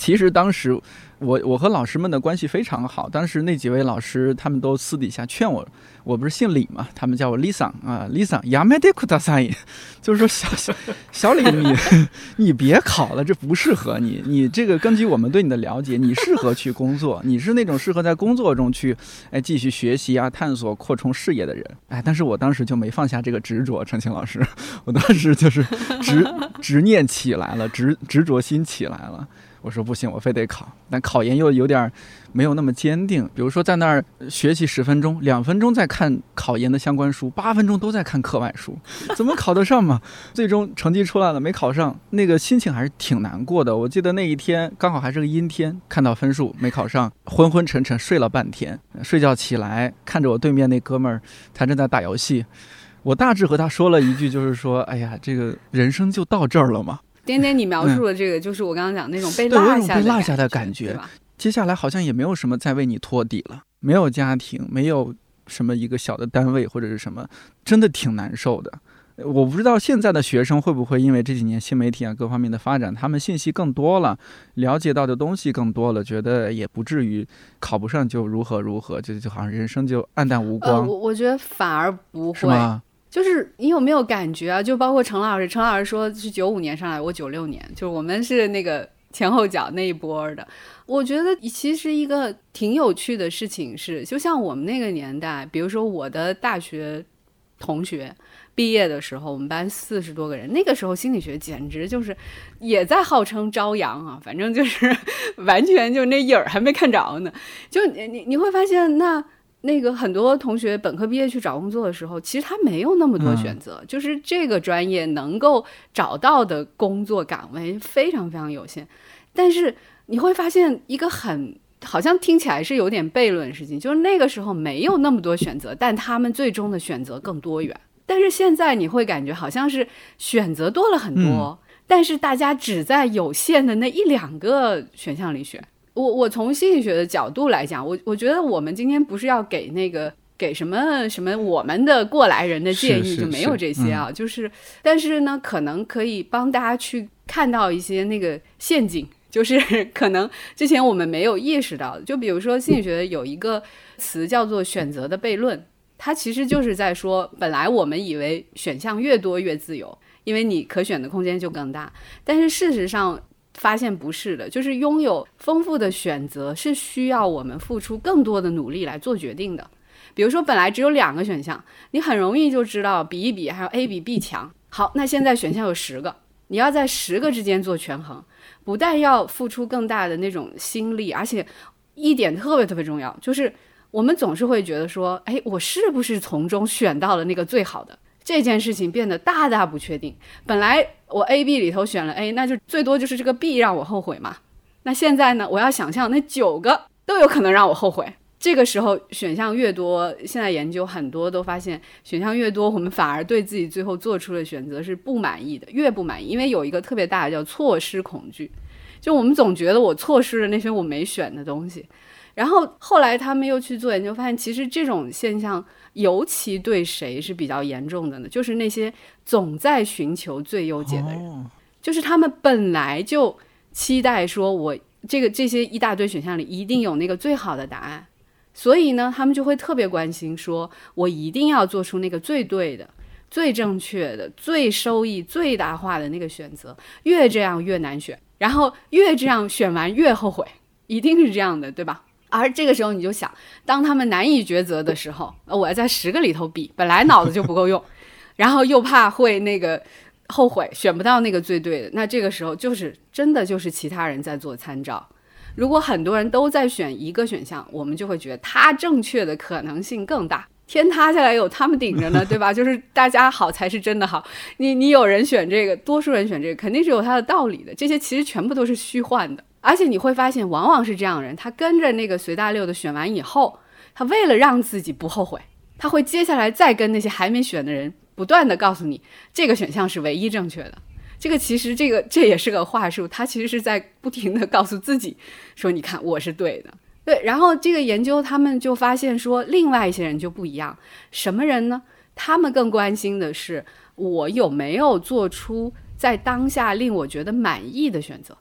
其实当时我和老师们的关系非常好，当时那几位老师他们都私底下劝我不是姓李嘛，他们叫我李桑啊，李桑やめてください，就是说小李你别考了，这不适合你，你这个根据我们对你的了解，你适合去工作，你是那种适合在工作中去继续学习啊、探索、扩充视野的人。但是我当时就没放下这个执着，陈清老师，我当时就是执念起来了，执着心起来了。我说不行，我非得考，但考研又有点没有那么坚定。比如说在那儿学习10分钟，2分钟在看考研的相关书，8分钟都在看课外书，怎么考得上嘛？最终成绩出来了，没考上，那个心情还是挺难过的。我记得那一天刚好还是个阴天，看到分数没考上，昏昏沉沉睡了半天，睡觉起来看着我对面那哥们儿，他正在打游戏，我大致和他说了一句，就是说，哎呀，这个人生就到这儿了嘛。 点点你描述的这个，就是我刚刚讲那种被落下的感觉， 对吧？ 接下来好像也没有什么再为你托底了，没有家庭，没有什么一个小的单位或者是什么，真的挺难受的。我不知道现在的学生会不会因为这几年新媒体啊各方面的发展，他们信息更多了，了解到的东西更多了，觉得也不至于考不上就如何，就好像人生就黯淡无光。 我觉得反而不会， 是吗？ 就是你有没有感觉啊？就包括陈老师说是95年上来，我96年，就是我们是那个前后脚那一波的。我觉得其实一个挺有趣的事情是，就像我们那个年代，比如说我的大学同学毕业的时候，我们班40多个人，那个时候心理学简直就是也在号称朝阳啊，反正就是完全就那影儿还没看着呢。就你会发现那个很多同学本科毕业去找工作的时候，其实他没有那么多选择，就是这个专业能够找到的工作岗位非常非常有限。但是你会发现一个好像听起来是有点悖论的事情，就是那个时候没有那么多选择，但他们最终的选择更多元。但是现在你会感觉好像是选择多了很多，但是大家只在有限的那1-2个选项里选。我从心理学的角度来讲，我觉得我们今天不是要给什么我们的过来人的建议，就没有这些啊，就是但是呢，可能可以帮大家去看到一些那个陷阱，就是可能之前我们没有意识到的。就比如说心理学有一个词叫做选择的悖论，它其实就是在说，本来我们以为选项越多越自由，因为你可选的空间就更大，但是事实上发现不是的，就是拥有丰富的选择是需要我们付出更多的努力来做决定的。比如说本来只有2个选项，你很容易就知道比一比还有 A 比 B 强，好，那现在选项有10个，你要在10个之间做权衡，不但要付出更大的那种心力，而且一点特别特别重要，就是我们总是会觉得说，我是不是从中选到了那个最好的，这件事情变得大大不确定。本来我 A、B 里头选了 A， 那就最多就是这个 B 让我后悔嘛。那现在呢，我要想象那9个都有可能让我后悔。这个时候选项越多，现在研究很多都发现，选项越多，我们反而对自己最后做出的选择是不满意的，越不满意。因为有一个特别大的叫错失恐惧，就我们总觉得我错失了那些我没选的东西。然后后来他们又去做研究，发现其实这种现象尤其对谁是比较严重的呢？就是那些总在寻求最优解的人，就是他们本来就期待说我这些一大堆选项里一定有那个最好的答案，所以呢他们就会特别关心说我一定要做出那个最对的、最正确的、最收益最大化的那个选择，越这样越难选，然后越这样选完越后悔，一定是这样的，对吧？而这个时候你就想，当他们难以抉择的时候，我要在10个里头比，本来脑子就不够用，然后又怕会那个后悔选不到那个最对的，那这个时候就是真的就是其他人在做参照。如果很多人都在选一个选项，我们就会觉得他正确的可能性更大，天塌下来有他们顶着呢，对吧？就是大家好才是真的好，你有人选这个，多数人选这个，肯定是有他的道理的，这些其实全部都是虚幻的。而且你会发现往往是这样的人，他跟着那个随大溜的选完以后，他为了让自己不后悔，他会接下来再跟那些还没选的人不断的告诉你这个选项是唯一正确的。这个其实这也是个话术，他其实是在不停的告诉自己说你看我是对的。对，然后这个研究他们就发现说另外一些人就不一样，什么人呢？他们更关心的是我有没有做出在当下令我觉得满意的选择，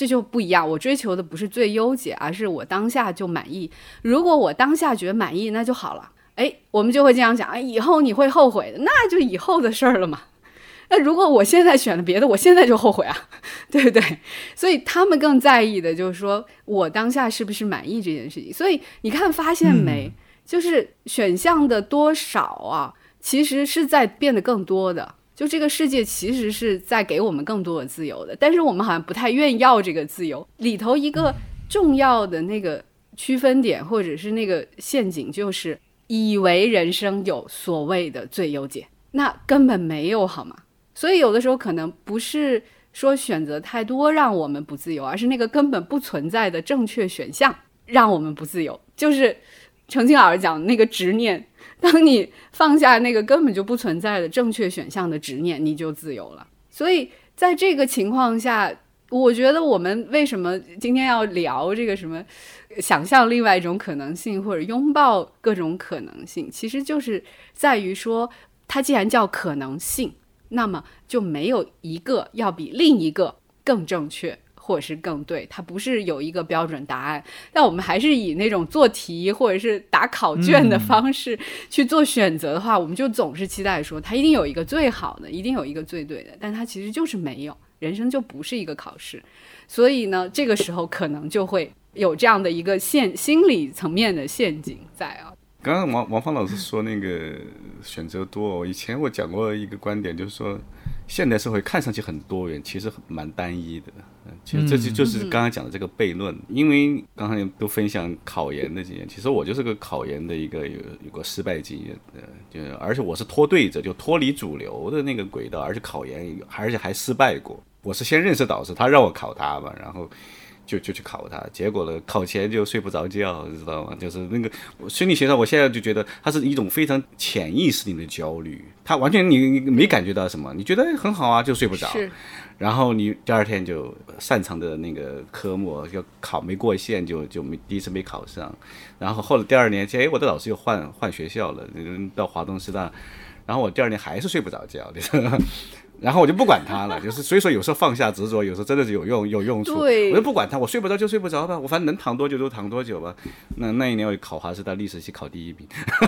这就不一样，我追求的不是最优解，而是我当下就满意。如果我当下觉得满意，那就好了。我们就会这样讲，以后你会后悔的，那就以后的事儿了嘛。那如果我现在选了别的，我现在就后悔啊，对不对？所以他们更在意的就是说我当下是不是满意这件事情。所以你看，发现没，就是选项的多少啊，其实是在变得更多的。就这个世界其实是在给我们更多的自由的，但是我们好像不太愿意要这个自由。里头一个重要的那个区分点或者是那个陷阱，就是以为人生有所谓的最优解，那根本没有，好吗？所以有的时候可能不是说选择太多让我们不自由，而是那个根本不存在的正确选项让我们不自由。就是程清老师讲的那个执念，当你放下那个根本就不存在的正确选项的执念，你就自由了。所以在这个情况下，我觉得我们为什么今天要聊这个什么想象另外一种可能性或者拥抱各种可能性，其实就是在于说，它既然叫可能性，那么就没有一个要比另一个更正确或者是更对，它不是有一个标准答案。但我们还是以那种做题或者是打考卷的方式去做选择的话，我们就总是期待说它一定有一个最好的，一定有一个最对的，但它其实就是没有。人生就不是一个考试，所以呢，这个时候可能就会有这样的一个心理层面的陷阱在啊。 刚刚王芳老师说那个选择多，以前我讲过一个观点，就是说现代社会看上去很多元，其实蛮单一的。其实这就是刚刚讲的这个悖论。因为刚才都分享考研的经验，其实我就是个考研的有个失败经验，而且我是脱队者，就脱离主流的那个轨道，而且考研而且还失败过。我是先认识导师，他让我考他嘛，然后就去考他，结果呢，考前就睡不着觉，知道吗？就是那个心理学上，我现在就觉得它是一种非常潜意识里的焦虑，它完全你没感觉到什么，你觉得很好啊，就睡不着，然后你第二天就擅长的那个科目要考没过线，就第一次没考上，然后后来第二年，我的老师又换学校了，到华东师大，然后我第二年还是睡不着觉，然后我就不管他了，就是所以说有时候放下执着，有时候真的是有用处。我就不管他，我睡不着就睡不着吧，我反正能躺多久就躺多久吧。那一年我考华师大历史系考第1名。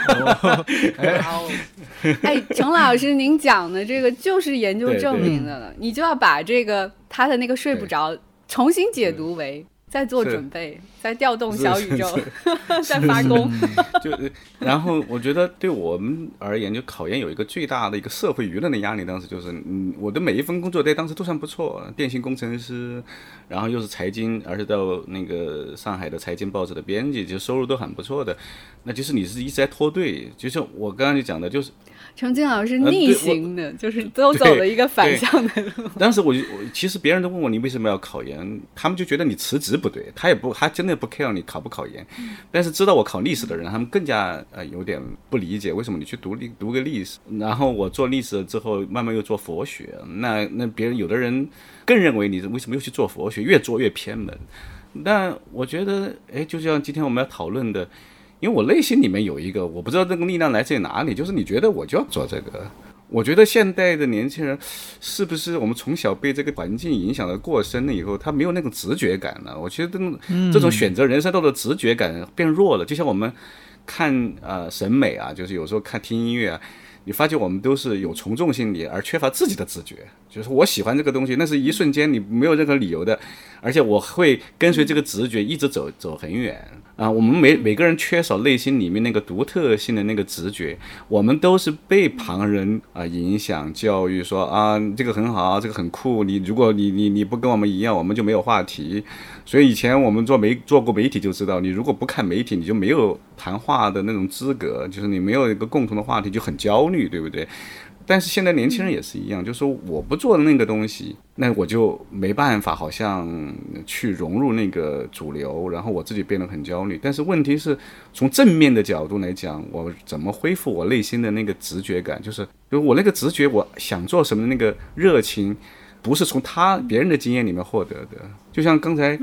程老师，您讲的这个就是研究证明的了，你就要把这个他的那个睡不着重新解读为在做准备，在调动小宇宙，在发功。 然后我觉得对我们而言，就考研有一个最大的一个社会舆论的压力，当时就是，我的每一份工作在当时都算不错，电信工程师，然后又是财经，而且到那个上海的财经报纸的编辑，就收入都很不错的。那就是你是一直在脱队，就像我刚刚就讲的，就是程清老师逆行的，就是都走了一个反向的路。 当时我其实别人都问我你为什么要考研，他们就觉得你辞职不对，他真的不 care 你考不考研，但是知道我考历史的人，他们更加有点不理解为什么你去读个历史。然后我做历史之后，慢慢又做佛学，那别人有的人更认为你为什么又去做佛学，越做越偏门。但我觉得，就像今天我们要讨论的。因为我内心里面有一个，我不知道这个力量来自于哪里，就是你觉得我就要做这个。我觉得现代的年轻人是不是我们从小被这个环境影响的过深了以后，他没有那种直觉感了？我觉得这种选择人生道的直觉感变弱了。就像我们看审美啊，就是有时候看听音乐啊，你发现我们都是有从众心理而缺乏自己的直觉，就是我喜欢这个东西，那是一瞬间你没有任何理由的，而且我会跟随这个直觉一直走很远啊。我们每个人缺少内心里面那个独特性的那个直觉，我们都是被旁人影响教育，说这个很好，这个很酷，如果你不跟我们一样，我们就没有话题。所以以前我们做过媒体就知道，你如果不看媒体，你就没有谈话的那种资格，就是你没有一个共同的话题，就很焦虑，对不对？但是现在年轻人也是一样，就是说我不做那个东西，那我就没办法好像去融入那个主流，然后我自己变得很焦虑。但是问题是从正面的角度来讲，我怎么恢复我内心的那个直觉感，就是我那个直觉，我想做什么的那个热情，不是从别人的经验里面获得的。就像刚才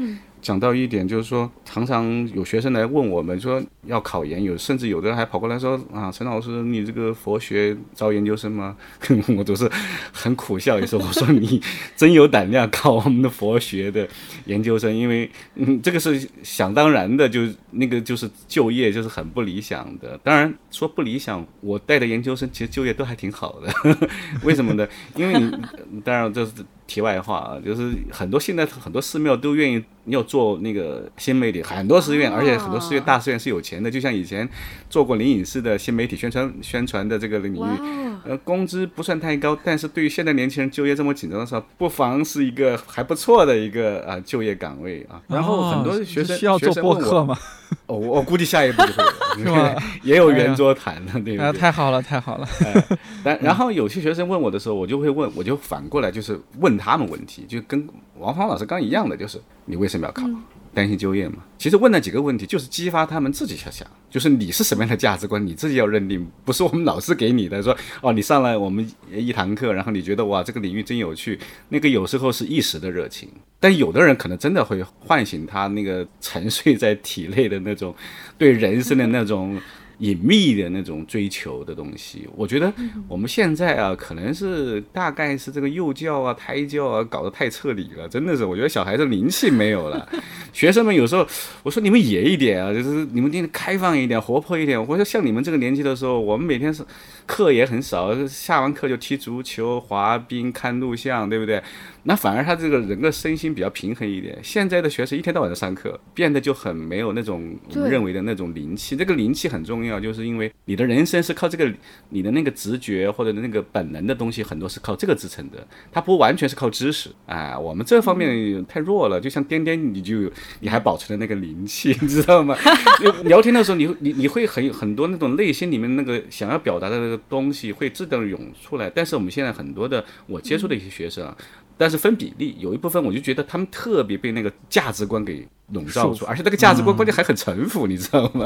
讲到一点，就是说常常有学生来问我们说要考研，甚至有的人还跑过来说啊，陈老师你这个佛学招研究生吗？我都是很苦笑一说，我说你真有胆量考我们的佛学的研究生，因为这个是想当然的，就那个就是就业就是很不理想的。当然说不理想，我带的研究生其实就业都还挺好的。为什么呢？因为当然这是题外话啊，就是现在很多寺庙都愿意要做那个新媒体，很多寺院，而且很多寺院大寺院是有钱的，就像以前做过灵隐寺的新媒体宣传的这个领域，工资不算太高，但是对于现在年轻人就业这么紧张的时候，不妨是一个还不错的一个就业岗位啊。然后很多学生需要做播客吗？ 我估计下一步就会有是吗？ 也有圆桌谈了，对不对？ 太好了，太好了。 然后有些学生问我的时候，我就反过来就是问他们问题，就跟王芳老师刚一样的，就是你为什么要考？担心就业嘛？其实问那几个问题，就是激发他们自己想，就是你是什么样的价值观，你自己要认定，不是我们老师给你的。说你上来我们一堂课，然后你觉得哇这个领域真有趣，那个有时候是一时的热情，但有的人可能真的会唤醒他那个沉睡在体内的那种对人生的那种隐秘的那种追求的东西。我觉得我们现在啊，可能是大概是这个幼教啊、胎教啊搞得太彻底了，真的是，我觉得小孩子灵气没有了。学生们有时候我说你们野一点啊，就是你们今天开放一点、活泼一点。我说像你们这个年纪的时候，我们每天是课也很少，下完课就踢足球、滑冰、看录像，对不对？那反而他这个人的身心比较平衡一点。现在的学生一天到晚的上课，变得就很没有那种我们认为的那种灵气。这个灵气很重要，就是因为你的人生是靠这个，你的那个直觉或者那个本能的东西，很多是靠这个支撑的，它不完全是靠知识啊。我们这方面太弱了，就像颠颠，你还保持了那个灵气，你知道吗？聊天的时候，你会很多那种内心里面那个想要表达的那个东西会自动涌出来。但是我们现在很多的我接触的一些学生啊。但是分比例，有一部分我就觉得他们特别被那个价值观给笼罩住，而且那个价值观关键还很陈腐，你知道吗？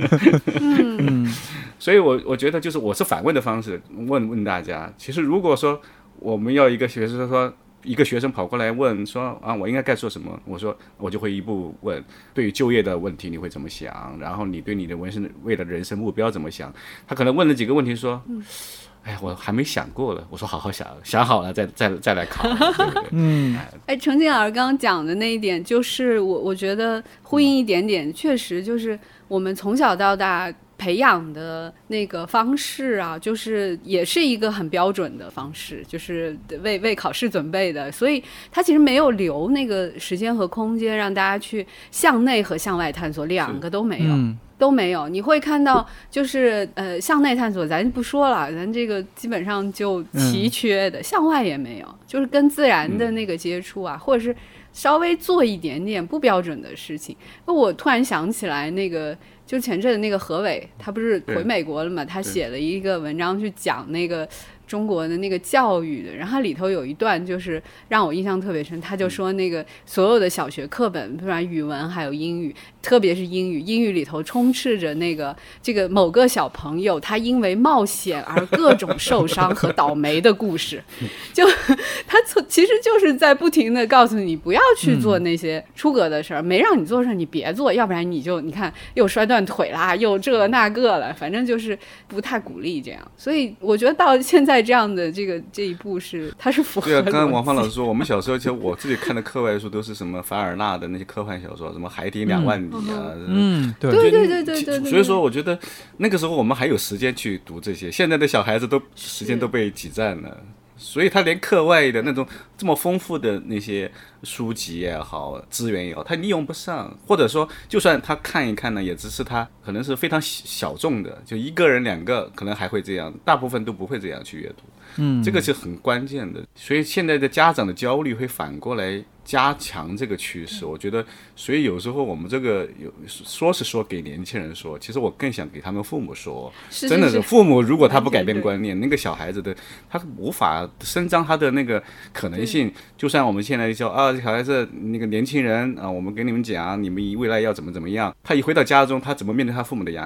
所以我觉得就是我是反问的方式问大家，其实如果说我们要一个学生跑过来问说啊，我应该做什么？我说我就会一步问，对于就业的问题你会怎么想？然后你对你的未来的人生目标怎么想？他可能问了几个问题说。哎呀，我还没想过了。我说好好想好了再来考，对不对？ 程静老师刚刚讲的那一点，就是我觉得呼应一点点，确实就是我们从小到大培养的那个方式啊，就是也是一个很标准的方式，就是为考试准备的，所以它其实没有留那个时间和空间让大家去向内和向外探索，两个都没有。都没有，你会看到就是向内探索咱不说了，咱这个基本上就奇缺的，向外也没有，就是跟自然的那个接触啊，或者是稍微做一点点不标准的事情。我突然想起来那个就前阵的那个何伟，他不是回美国了嘛，他写了一个文章去讲那个中国的那个教育的，然后它里头有一段就是让我印象特别深，他就说那个所有的小学课本，不然语文还有英语，特别是英语里头充斥着这个某个小朋友他因为冒险而各种受伤和倒霉的故事，就他其实就是在不停的告诉你不要去做那些出格的事儿，没让你做事你别做，要不然你看又摔断腿啦，又这那个了，反正就是不太鼓励这样。所以我觉得到现在这样的这一步它是符合的。 对啊，刚刚王芳老师说，我们小时候其实我自己看的课外书都是什么凡尔纳的那些科幻小说，什么海底2万里啊， 对。 所以说我觉得那个时候我们还有时间去读这些，现在的小孩子时间都被挤占了。所以他连课外的那种这么丰富的那些书籍也好，资源也好，他利用不上，或者说就算他看一看呢，也只是他可能是非常小众的，就1个人2个可能还会这样，大部分都不会这样去阅读。这个是很关键的。所以现在的家长的焦虑会反过来加强这个趋势，我觉得。所以有时候我们这个说给年轻人说，其实我更想给他们父母说，真的是父母如果他不改变观念，那个小孩子的他无法伸张他的那个可能性。就算我们现在说啊，小孩子那个年轻人啊，我们给你们讲，你们未来要怎么样，他一回到家中，他怎么面对他父母的压力？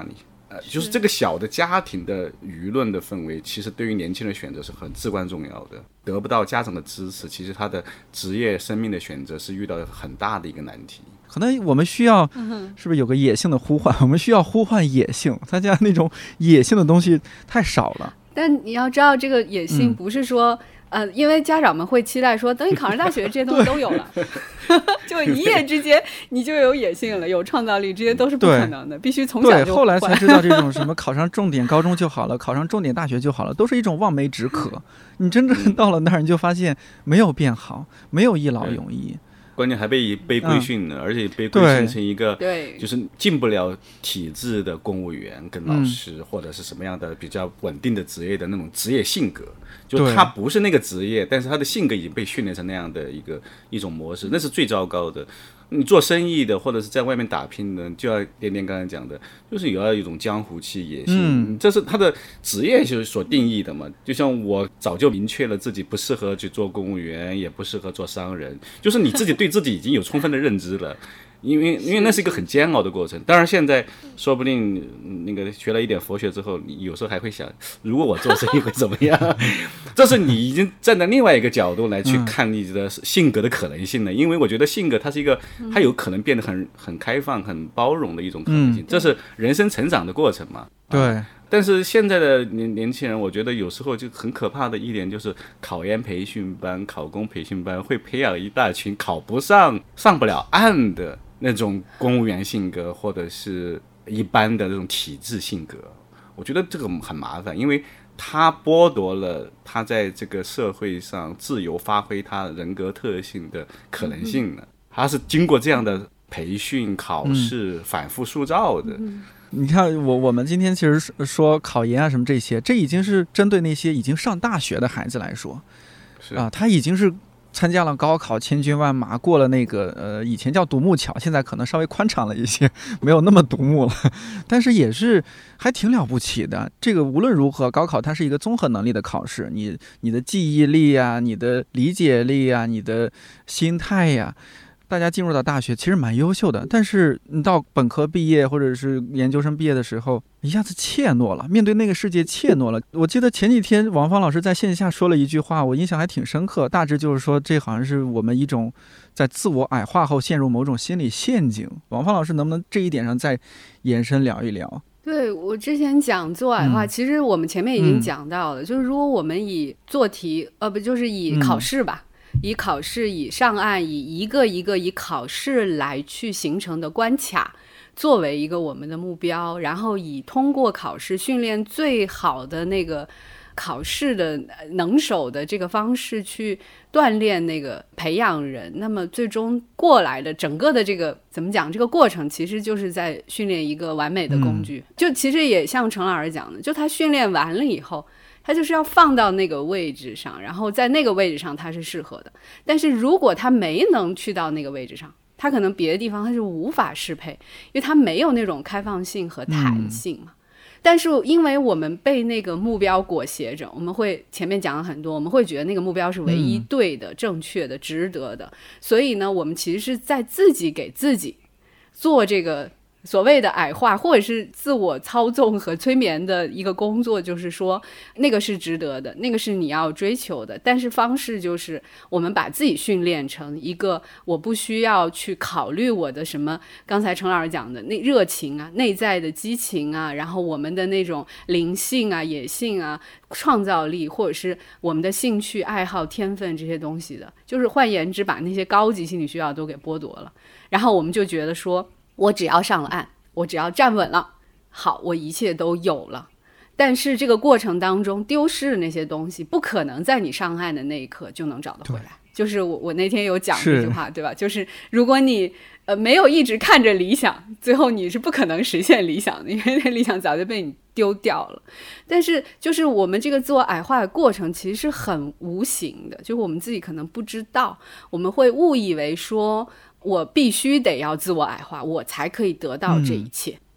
就是这个小的家庭的舆论的氛围，其实对于年轻人选择是很至关重要的。得不到家长的支持，其实他的职业生命的选择是遇到很大的一个难题。 可能我们需要，是不是有个野性的呼唤？我们需要呼唤野性，大家那种野性的东西太少了。 但你要知道，这个野性不是说，因为家长们会期待说，等你考上大学，这些东西都有了，就一夜之间你就有野性了，有创造力，这些都是不可能的，必须从小就。 对，后来才知道这种什么考上重点高中就好了，考上重点大学就好了，都是一种望梅止渴。你真正到了那儿，你就发现没有变好，没有一劳永逸。 关键还被规训了，而且被规训成一个就是进不了体制的公务员跟老师，或者是什么样的比较稳定的职业的那种职业性格，就他不是那个职业，但是他的性格已经被训练成那样的一种模式，那是最糟糕的。你做生意的或者是在外面打拼的，就要点点刚才讲的，就是也要有一种江湖气、野性，这是他的职业就是所定义的嘛。就像我早就明确了自己不适合去做公务员，也不适合做商人，就是你自己对自己已经有充分的认知了。因为那是一个很煎熬的过程。当然现在说不定那个学了一点佛学之后，你有时候还会想，如果我做生意会怎么样？这是你已经站在另外一个角度来去看你的性格的可能性了。因为我觉得性格它是一个，它有可能变得很开放、很包容的一种可能性，这是人生成长的过程嘛。 对。 但是现在的年轻人，我觉得有时候就很可怕的一点就是考研培训班、考公培训班会培养一大群考不上、上不了岸的那种公务员性格，或者是一般的那种体制性格。我觉得这个很麻烦，因为他剥夺了他在这个社会上自由发挥他人格特性的可能性了。他是经过这样的培训、考试反复塑造的。 你看我们今天其实说考研啊什么这些，这已经是针对那些已经上大学的孩子来说，他已经是参加了高考，千军万马过了那个以前叫独木桥，现在可能稍微宽敞了一些，没有那么独木了，但是也是还挺了不起的。这个无论如何，高考它是一个综合能力的考试，你的记忆力啊，你的理解力啊，你的心态呀，大家进入到大学其实蛮优秀的，但是你到本科毕业或者是研究生毕业的时候，一下子怯懦了，面对那个世界怯懦了。我记得前几天王芳老师在线下说了一句话，我印象还挺深刻，大致就是说这好像是我们一种在自我矮化后陷入某种心理陷阱。王芳老师能不能这一点上再延伸聊一聊？ 对，我之前讲自我矮化，其实我们前面已经讲到了，就是如果我们以做题不就是以考试吧，以考试、以上岸、以一个一个以考试来去形成的关卡作为一个我们的目标，然后以通过考试训练最好的那个考试的能手的这个方式去锻炼那个培养人，那么最终过来的整个的这个怎么讲，这个过程其实就是在训练一个完美的工具。就其实也像陈老师讲的，就他训练完了以后，他就是要放到那个位置上，然后在那个位置上他是适合的。但是如果他没能去到那个位置上，他可能别的地方他是无法适配，因为他没有那种开放性和弹性嘛。但是因为我们被那个目标裹挟着，我们会前面讲了很多，我们会觉得那个目标是唯一对的、正确的、值得的，所以呢，我们其实是在自己给自己做这个所谓的矮化或者是自我操纵和催眠的一个工作，就是说那个是值得的，那个是你要追求的，但是方式就是我们把自己训练成一个我不需要去考虑我的什么刚才陈老师讲的那热情啊、内在的激情啊，然后我们的那种灵性啊、野性啊、创造力，或者是我们的兴趣爱好天分这些东西的，就是换言之把那些高级心理需要都给剥夺了，然后我们就觉得说我只要上了岸，我只要站稳了，好，我一切都有了。但是这个过程当中丢失的那些东西不可能在你上岸的那一刻就能找得回来。就是我那天有讲这句话，对吧？就是如果你没有一直看着理想，最后你是不可能实现理想的，因为那理想早就被你丢掉了。但是就是我们这个自我矮化的过程其实是很无形的，就是我们自己可能不知道，我们会误以为说我必须得要自我矮化，我才可以得到这一切。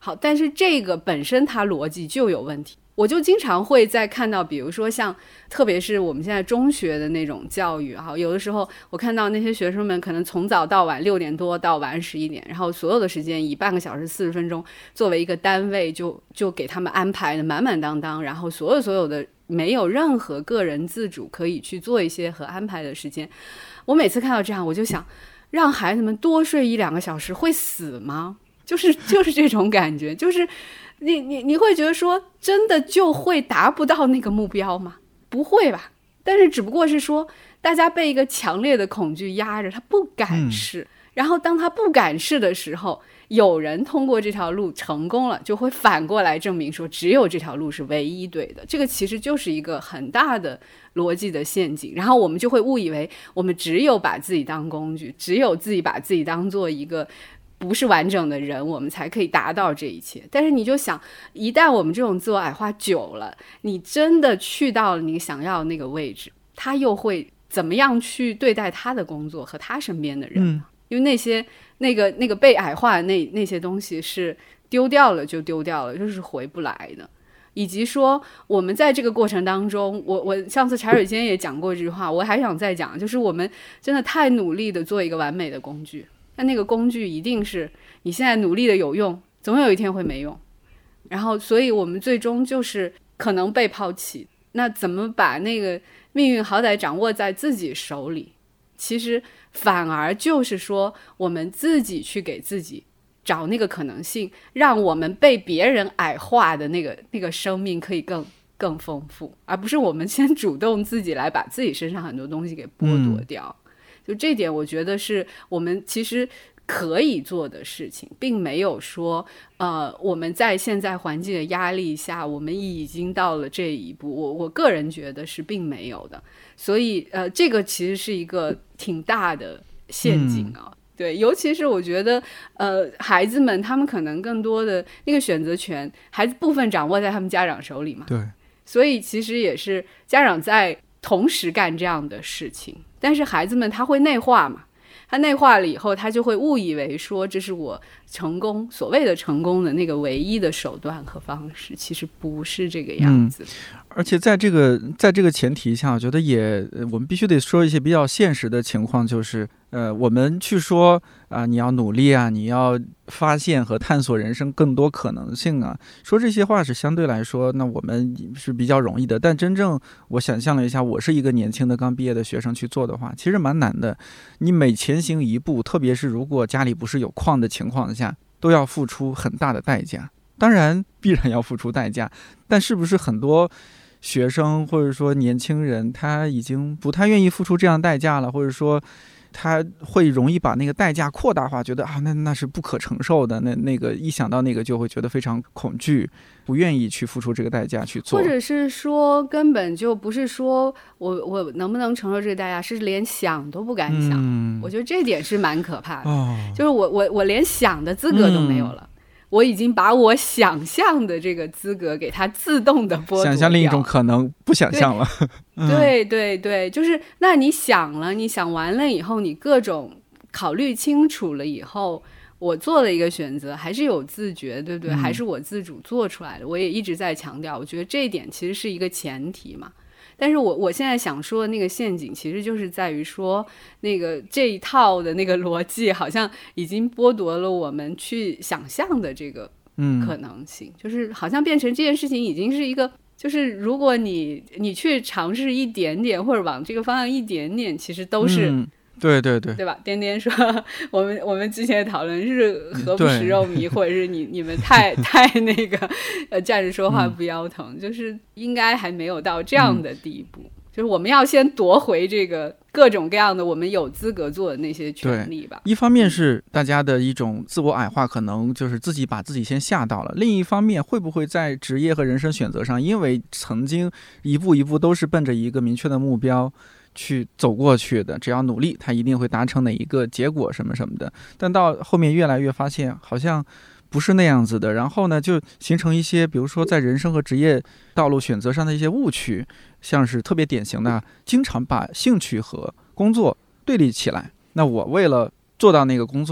好，但是这个本身它逻辑就有问题。我就经常会在看到，比如说像特别是我们现在中学的那种教育哈，有的时候我看到那些学生们可能从早到晚6点多到晚上11点，然后所有的时间以半个小时40分钟作为一个单位，就给他们安排的满满当当，然后所有的没有任何个人自主可以去做一些和安排的时间。我每次看到这样，我就想，让孩子们多睡1-2个小时会死吗？就是这种感觉，就是你会觉得说真的就会达不到那个目标吗？不会吧。但是只不过是说大家被一个强烈的恐惧压着，他不敢试，然后当他不敢试的时候，有人通过这条路成功了，就会反过来证明说只有这条路是唯一对的。这个其实就是一个很大的逻辑的陷阱，然后我们就会误以为我们只有把自己当工具，只有自己把自己当做一个不是完整的人，我们才可以达到这一切。但是你就想，一旦我们这种自我矮化久了，你真的去到了你想要的那个位置，他又会怎么样去对待他的工作和他身边的人？因为那个被矮化的那些东西是丢掉了就丢掉了，就是回不来的。以及说我们在这个过程当中，我上次茶水间也讲过这句话，我还想再讲，就是我们真的太努力的做一个完美的工具，但那个工具一定是你现在努力的有用，总有一天会没用，然后所以我们最终就是可能被抛弃。那怎么把那个命运好歹掌握在自己手里，其实反而就是说我们自己去给自己找那个可能性，让我们被别人矮化的那个生命可以更丰富，而不是我们先主动自己来把自己身上很多东西给剥夺掉。就这点我觉得是我们其实可以做的事情，并没有说我们在现在环境的压力下我们已经到了这一步，我个人觉得是并没有的。所以这个其实是一个挺大的陷阱啊。对，尤其是我觉得孩子们他们可能更多的那个选择权孩子部分掌握在他们家长手里嘛。 对， 所以其实也是家长在同时干这样的事情，但是孩子们他会内化嘛，他内化了以后他就会误以为说这是我成功所谓的成功的那个唯一的手段和方式，其实不是这个样子。 而且在这个前提下，我觉得我们必须得说一些比较现实的情况，就是我们去说你要努力啊，你要发现和探索人生更多可能性啊，说这些话是相对来说那我们是比较容易的，但真正我想象了一下，我是一个年轻的刚毕业的学生去做的话，其实蛮难的。你每前行一步，特别是如果家里不是有矿的情况下，都要付出很大的代价。当然必然要付出代价，但是不是很多学生或者说年轻人他已经不太愿意付出这样代价了，或者说他会容易把那个代价扩大化，觉得那是不可承受的，那个一想到那个就会觉得非常恐惧，不愿意去付出这个代价去做， 或者是说根本就不是说我能不能承受这个代价，是连想都不敢想。我觉得这点是蛮可怕的，就是我连想的资格都没有了。我已经把我想象的这个资格给它自动的剥夺掉， 想象另一种可能，不想象了。 对对对，就是那你想了，你想完了以后，你各种考虑清楚了以后，我做了一个选择，还是有自觉，对不对？还是我自主做出来的。我也一直在强调，我觉得这一点其实是一个前提嘛。但是我现在想说的那个陷阱，其实就是在于说，那个这一套的那个逻辑，好像已经剥夺了我们去想象的这个可能性，就是好像变成这件事情已经是一个，就是如果你去尝试一点点，或者往这个方向一点点，其实都是。 对对对， 对吧？颠颠说，我们之前的讨论是何不食肉糜，或者是你们太那个站着说话不腰疼，就是应该还没有到这样的地步。就是我们要先夺回这个各种各样的我们有资格做的那些权利吧。 一方面是大家的一种自我矮化，可能就是自己把自己先吓到了；另一方面，会不会在职业和人生选择上，因为曾经一步一步都是奔着一个明确的目标去走过去的，只要努力他一定会达成哪一个结果什么什么的，但到后面越来越发现好像不是那样子的，然后呢就形成一些比如说在人生和职业道路选择上的一些误区，像是特别典型的经常把兴趣和工作对立起来，那我为了做到那个工作，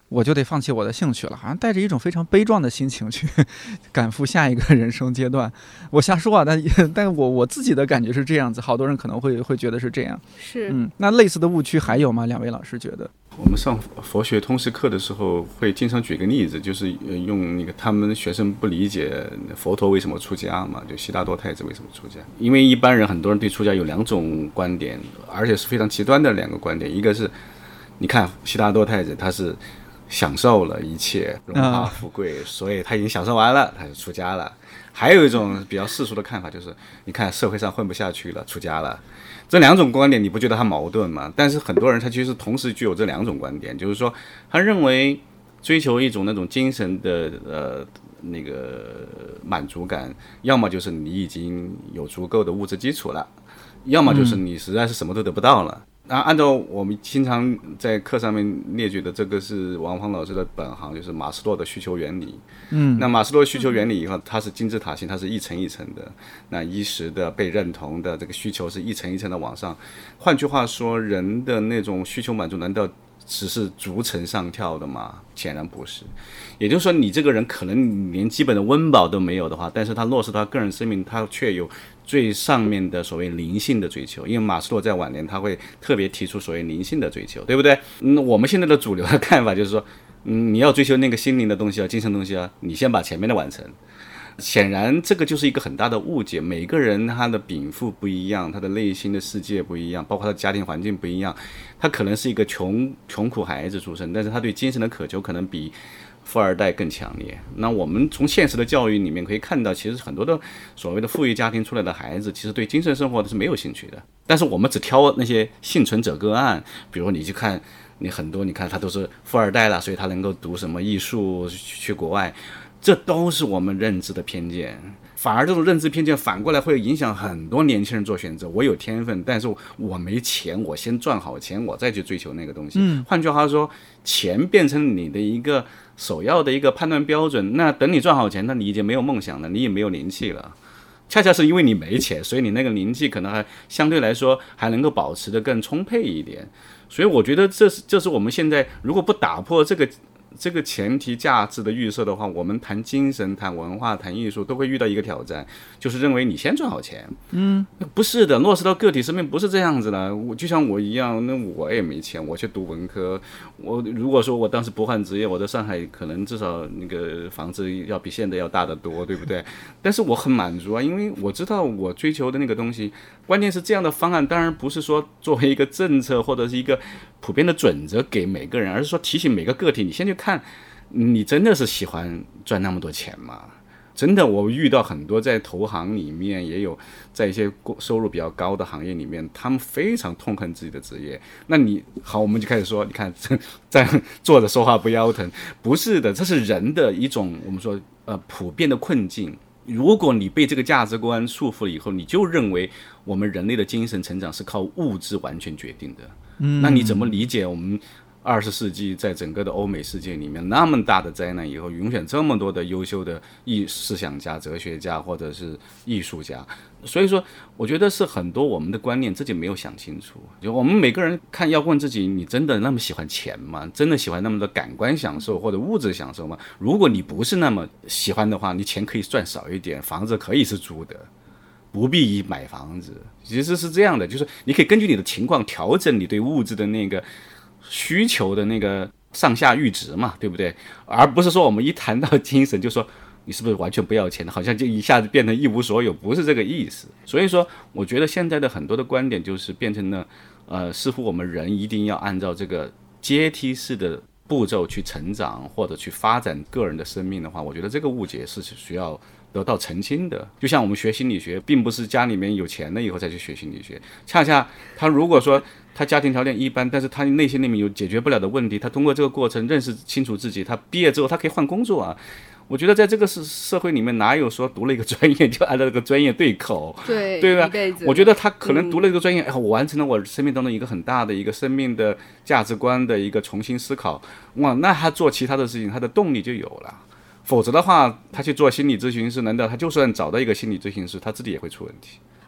我就得放弃我的兴趣了，好像带着一种非常悲壮的心情去赶赴下一个人生阶段。我瞎说啊，但我自己的感觉是这样子，好多人可能会觉得是这样。 是， 那类似的误区还有吗？两位老师觉得？ 我们上佛学通识课的时候会经常举个例子，就是用那个他们学生不理解佛陀为什么出家嘛，就悉达多太子为什么出家。因为一般人很多人对出家有2种观点，而且是非常极端的2个观点。一个是你看悉达多太子他是享受了一切荣华富贵，所以他已经享受完了，他就出家了。还有一种比较世俗的看法，就是你看社会上混不下去了，出家了。这2种观点你不觉得它矛盾吗？但是很多人他其实同时具有这2种观点，就是说他认为追求一种那种精神的那个满足感，要么就是你已经有足够的物质基础了，要么就是你实在是什么都得不到了。按照我们经常在课上面列举的，这个是王芳老师的本行，就是马斯洛的需求原理。那马斯洛需求原理以后，它是金字塔形，它是一层一层的。那衣食的被认同的这个需求是一层一层的往上。换句话说，人的那种需求满足，难道只是逐层上跳的吗？显然不是。也就是说，你这个人可能连基本的温饱都没有的话，但是他落实到个人生命，他却有最上面的所谓灵性的追求。因为马斯洛在晚年他会特别提出所谓灵性的追求，对不对？我们现在的主流的看法就是说，你要追求那个心灵的东西啊，精神东西啊，你先把前面的完成。显然这个就是一个很大的误解，每个人他的禀赋不一样，他的内心的世界不一样，包括他的家庭环境不一样，他可能是一个穷苦孩子出身，但是他对精神的渴求可能比富二代更强烈。那我们从现实的教育里面可以看到，其实很多的所谓的富裕家庭出来的孩子，其实对精神生活是没有兴趣的，但是我们只挑那些幸存者个案，比如你去看你很多，你看他都是富二代了，所以他能够读什么艺术去国外，这都是我们认知的偏见。反而这种认知偏见反过来会影响很多年轻人做选择。我有天分，但是我没钱，我先赚好钱，我再去追求那个东西。换句话说，钱变成你的一个首要的一个判断标准，那等你赚好钱，那你已经没有梦想了，你也没有灵气了。恰恰是因为你没钱，所以你那个灵气可能还相对来说还能够保持得更充沛一点。所以我觉得这是我们现在如果不打破这个前提价值的预设的话，我们谈精神、谈文化、谈艺术都会遇到一个挑战，就是认为你先赚好钱。不是的，落实到个体生命不是这样子的。就像我一样，那我也没钱，我去读文科。我如果说我当时不换职业，我在上海可能至少那个房子要比现在要大得多，对不对？但是我很满足啊，因为我知道我追求的那个东西。关键是这样的方案当然不是说作为一个政策或者是一个普遍的准则给每个人，而是说提醒每个个体，你先去看，你真的是喜欢赚那么多钱吗？真的，我遇到很多在投行里面，也有在一些收入比较高的行业里面，他们非常痛恨自己的职业。那你好，我们就开始说，你看在坐着说话不腰疼，不是的，这是人的一种我们说普遍的困境。如果你被这个价值观束缚了以后，你就认为我们人类的精神成长是靠物质完全决定的，那你怎么理解我们20世纪在整个的欧美世界里面那么大的灾难以后，涌选这么多的优秀的思想家、哲学家或者是艺术家？所以说，我觉得是很多我们的观念自己没有想清楚。就我们每个人看，要问自己：你真的那么喜欢钱吗？真的喜欢那么多感官享受或者物质享受吗？如果你不是那么喜欢的话，你钱可以赚少一点，房子可以是租的，不必买房子。其实是这样的，就是你可以根据你的情况调整你对物质的那个需求的那个上下阈值嘛，对不对？而不是说我们一谈到精神就说你是不是完全不要钱，好像就一下子变成一无所有，不是这个意思。所以说我觉得现在的很多的观点就是变成了似乎我们人一定要按照这个阶梯式的步骤去成长或者去发展个人的生命的话，我觉得这个误解是需要得到澄清的。就像我们学心理学，并不是家里面有钱了以后再去学心理学，恰恰他如果说他家庭条件一般，但是他内心里面有解决不了的问题，他通过这个过程认识清楚自己，他毕业之后他可以换工作啊。我觉得在这个社会里面，哪有说读了一个专业就按照这个专业对口？对吧？我觉得他可能读了这个专业，我完成了我生命当中一个很大的一个生命的价值观的一个重新思考，哇，那他做其他的事情，他的动力就有了。否则的话，他去做心理咨询师，难道他就算找到一个心理咨询师，他自己也会出问题？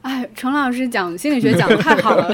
哎，陈老师讲心理学讲得太好了。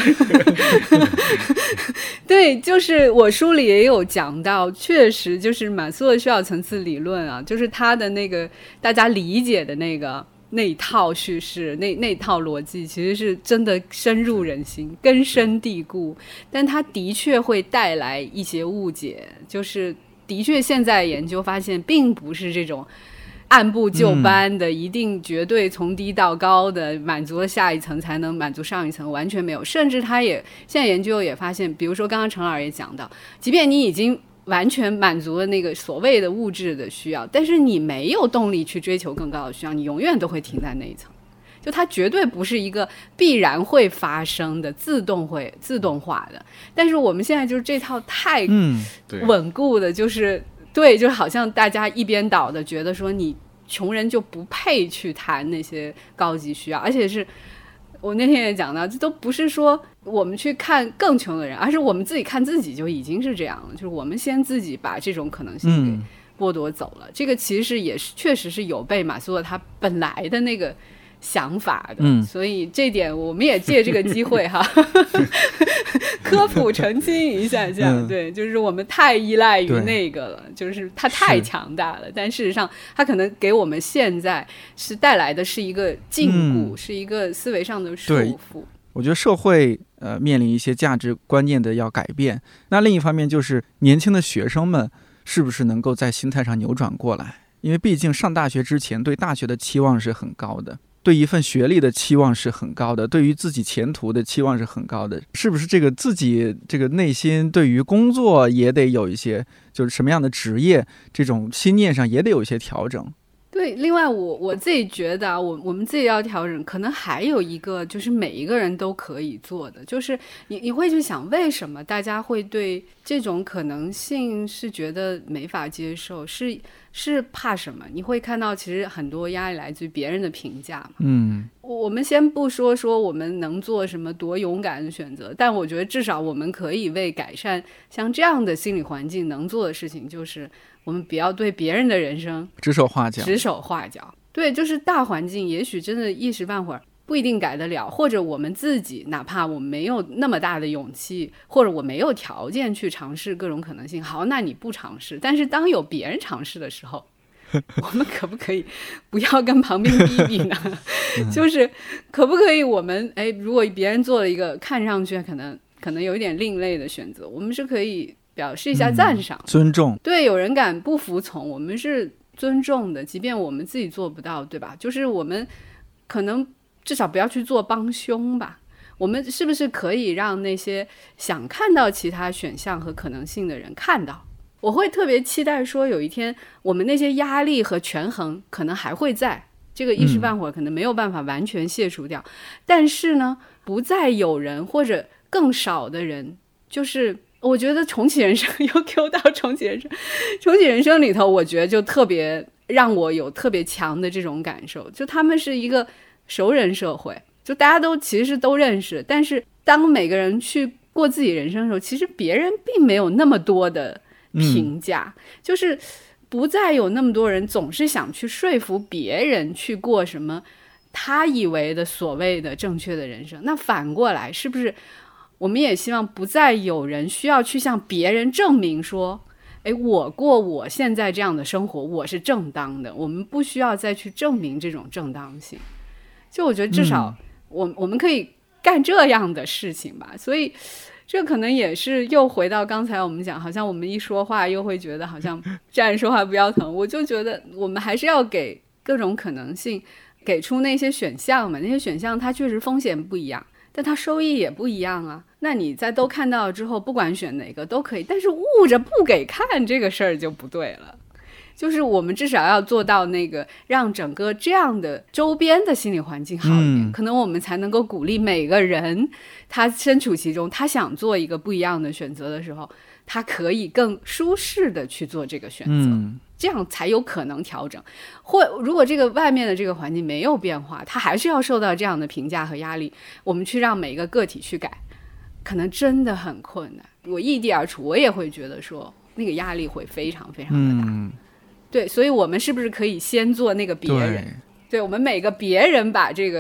对，就是我书里也有讲到，确实就是马斯洛需要层次理论啊，就是他的那个大家理解的那一套叙事，那一套逻辑，其实是真的深入人心，根深蒂固。但它的确会带来一些误解，就是的确现在研究发现，并不是这种按部就班的，一定绝对从低到高的满足了下一层才能满足上一层，完全没有。甚至他也现在研究也发现，比如说刚刚陈老师也讲到，即便你已经完全满足了那个所谓的物质的需要，但是你没有动力去追求更高的需要，你永远都会停在那一层。就它绝对不是一个必然会发生的自动化的。但是我们现在就是这套太稳固的，就是对，就好像大家一边倒的觉得说你穷人就不配去谈那些高级需要，而且是我那天也讲到，这都不是说我们去看更穷的人，而是我们自己看自己就已经是这样了，就是我们先自己把这种可能性给剥夺走了。这个其实也是确实是有悖马斯洛他本来的那个想法的，所以这点我们也借这个机会哈科普澄清一下对，就是我们太依赖于那个了，就是它太强大了，但事实上它可能给我们现在是带来的是一个禁锢，是一个思维上的束缚。 我觉得社会面临一些价值观念的要改变，那另一方面就是年轻的学生们是不是能够在心态上扭转过来，因为毕竟上大学之前对大学的期望是很高的，对一份学历的期望是很高的，对于自己前途的期望是很高的，是不是这个自己这个内心对于工作也得有一些，就是什么样的职业这种心念上也得有一些调整。 对，另外我自己觉得我们自己要调整，可能还有一个就是每一个人都可以做的，就是你会去想为什么大家会对这种可能性是觉得没法接受，是怕什么？你会看到其实很多压力来自于别人的评价嘛。我们先不说我们能做什么多勇敢的选择，但我觉得至少我们可以为改善像这样的心理环境能做的事情，就是我们不要对别人的人生指手画脚。对，就是大环境也许真的一时半会儿不一定改得了，或者我们自己哪怕我没有那么大的勇气，或者我没有条件去尝试各种可能性，好，那你不尝试，但是当有别人尝试的时候我们可不可以不要跟旁边比比呢就是可不可以我们如果别人做了一个看上去可能有一点另类的选择，我们是可以表示一下赞赏， 尊重。 对，有人敢不服从，我们是尊重的，即便我们自己做不到，对吧？就是我们可能至少不要去做帮凶吧。我们是不是可以让那些想看到其他选项和可能性的人看到？我会特别期待说有一天我们那些压力和权衡可能还会在，这个一时半会儿可能没有办法完全卸除掉，但是呢不再有人或者更少的人，就是我觉得重启人生又 Q 到重启人生里头，我觉得就特别让我有特别强的这种感受，就他们是一个熟人社会，就大家都其实都认识，但是当每个人去过自己人生的时候，其实别人并没有那么多的评价，就是不再有那么多人总是想去说服别人去过什么他以为的所谓的正确的人生。那反过来是不是我们也希望不再有人需要去向别人证明说我过我现在这样的生活我是正当的，我们不需要再去证明这种正当性。就我觉得至少我们可以干这样的事情吧。所以这可能也是又回到刚才我们讲，好像我们一说话又会觉得好像站着说话不腰疼。我就觉得我们还是要给各种可能性，给出那些选项嘛，那些选项它确实风险不一样，但它收益也不一样啊。那你在都看到之后，不管选哪个都可以，但是捂着不给看这个事儿就不对了。就是我们至少要做到那个让整个这样的周边的心理环境好一点，可能我们才能够鼓励每个人他身处其中，他想做一个不一样的选择的时候，他可以更舒适的去做这个选择，这样才有可能调整。或如果这个外面的这个环境没有变化，他还是要受到这样的评价和压力，我们去让每一个个体去改，可能真的很困难。我异地而处，我也会觉得说那个压力会非常非常的大。对，所以我们是不是可以先做那个别人？对，我们每个别人把这个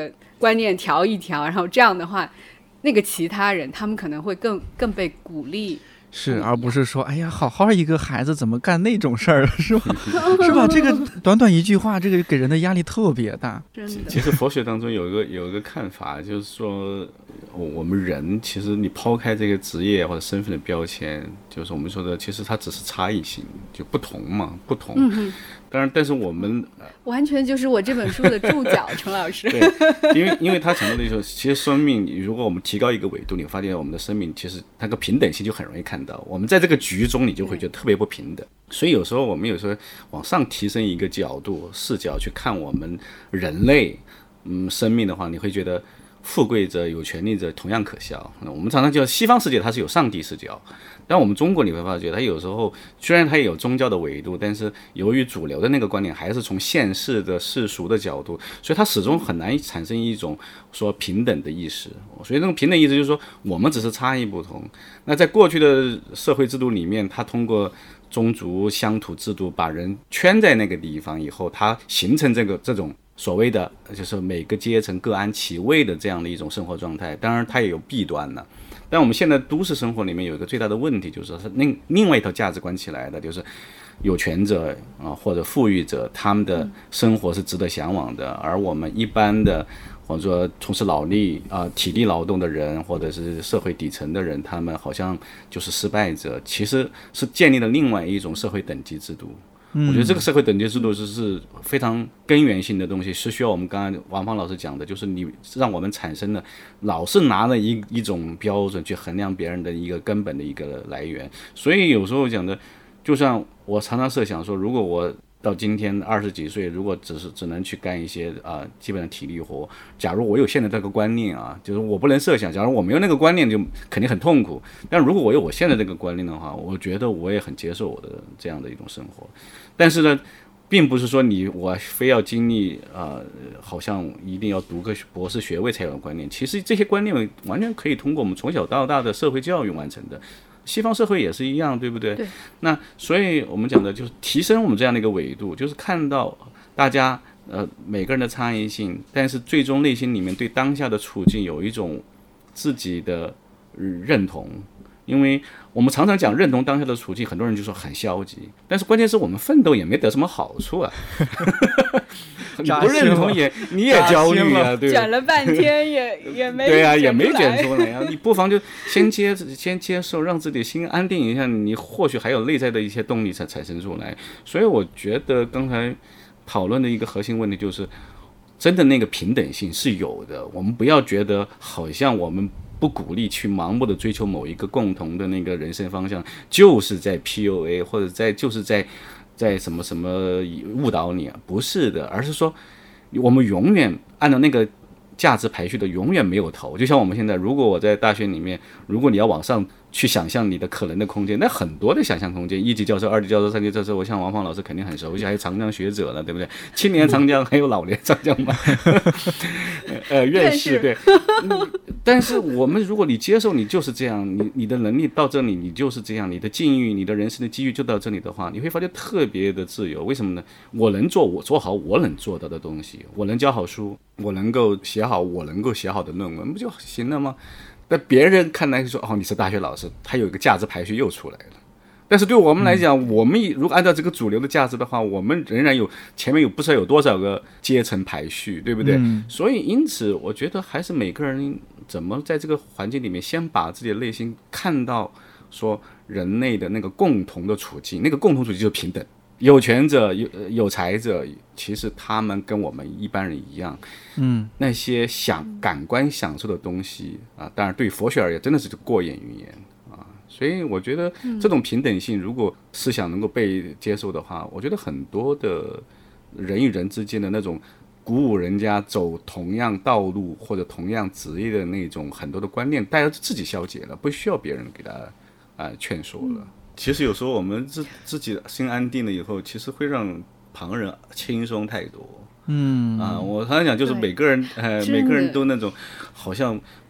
观念调一调，然后这样的话，那个其他人他们可能会更被鼓励。 是，而不是说哎呀好好一个孩子怎么干那种事儿，是吧？是吧？这个短短一句话，这个给人的压力特别大。 真的。 其实佛学当中有一个看法，就是说我们人其实你抛开这个职业或者身份的标签，就是我们说的，其实它只是差异性，就不同嘛，不同。当然，但是我们完全就是我这本书的注脚，陈老师。 对，因为他强调的就是，其实生命，如果我们提高一个维度，你会发现我们的生命其实那个平等性就很容易看到。我们在这个局中，你就会觉得特别不平等。所以有时候我们往上提升一个角度视角去看我们人类生命的话，你会觉得富贵者有权利者同样可笑。我们常常叫西方世界它是有上帝视角，但我们中国你会发觉它有时候虽然它也有宗教的维度，但是由于主流的那个观念还是从现世的世俗的角度，所以它始终很难产生一种说平等的意识。所以这种平等意识就是说我们只是差异不同。那在过去的社会制度里面，它通过宗族乡土制度把人圈在那个地方以后，它形成这种所谓的就是每个阶层各安其位的这样的一种生活状态。当然它也有弊端呢。但我们现在都市生活里面有一个最大的问题，就是另外一套价值观起来的，就是有权者或者富裕者，他们的生活是值得向往的，而我们一般的或者说从事劳力体力劳动的人，或者是社会底层的人，他们好像就是失败者，其实是建立了另外一种社会等级制度。我觉得这个社会等级制度是非常根源性的东西，是需要我们刚刚王芳老师讲的，就是你让我们产生了老是拿了一种标准去衡量别人的一个根本的一个来源。所以有时候讲的，就像我常常设想说，如果我到今天20几岁，如果只能去干一些基本的体力活，假如我有现在这个观念就是我不能设想，假如我没有那个观念，就肯定很痛苦。但如果我有我现在这个观念的话，我觉得我也很接受我的这样的一种生活。但是呢，并不是说我非要经历好像一定要读个博士学位才有观念。其实这些观念完全可以通过我们从小到大的社会教育完成的。西方社会也是一样，对不对？ 对。 那所以我们讲的就是提升我们这样的一个维度，就是看到大家每个人的差异性，但是最终内心里面对当下的处境有一种自己的认同。因为我们常常讲认同当下的处境，很多人就说很消极，但是关键是我们奋斗也没得什么好处啊。你不认同你也焦虑啊，对吧？ 卷了半天也没对啊，也没卷出来啊。你不妨就先接受，让自己心安定一下，你或许还有内在的一些动力才产生出来。所以我觉得刚才讨论的一个核心问题就是，真的那个平等性是有的。我们不要觉得好像我们不鼓励去盲目的追求某一个共同的那个人生方向，就是在 PUA 或者就是在什么什么误导你啊？不是的，而是说我们永远按照那个价值排序的永远没有头。就像我们现在，如果我在大学里面，如果你要往上去想象你的可能的空间，那很多的想象空间，一级教授、二级教授、三级教授，我像王芳老师肯定很熟悉，还有长江学者了，对不对？青年长江还有老年长江嘛，院士对。但是我们如果你接受你就是这样，你的能力到这里你就是这样，你的境遇、你的人生的机遇就到这里的话，你会发现特别的自由。为什么呢？我能做好我能做到的东西，我能教好书，我能够写好我能够写好的论文，不就行了吗？但别人看来说你是大学老师，他有一个价值排序又出来了。但是对我们来讲，我们如果按照这个主流的价值的话，我们仍然前面不知道有多少个阶层排序，对不对？所以因此我觉得还是每个人怎么在这个环境里面先把自己的内心看到说人类的那个共同的处境，那个共同处境就是平等。有权者有才者，其实他们跟我们一般人一样，那些感官享受的东西当然对佛学而言真的是过眼云烟所以我觉得这种平等性如果思想能够被接受的话，我觉得很多的人与人之间的那种鼓舞人家走同样道路或者同样职业的那种很多的观念，大家自己消解了，不需要别人给他劝说了。其实有时候我们自己心安定了以后，其实会让旁人轻松太多。我常常讲，就是每个人都那种好像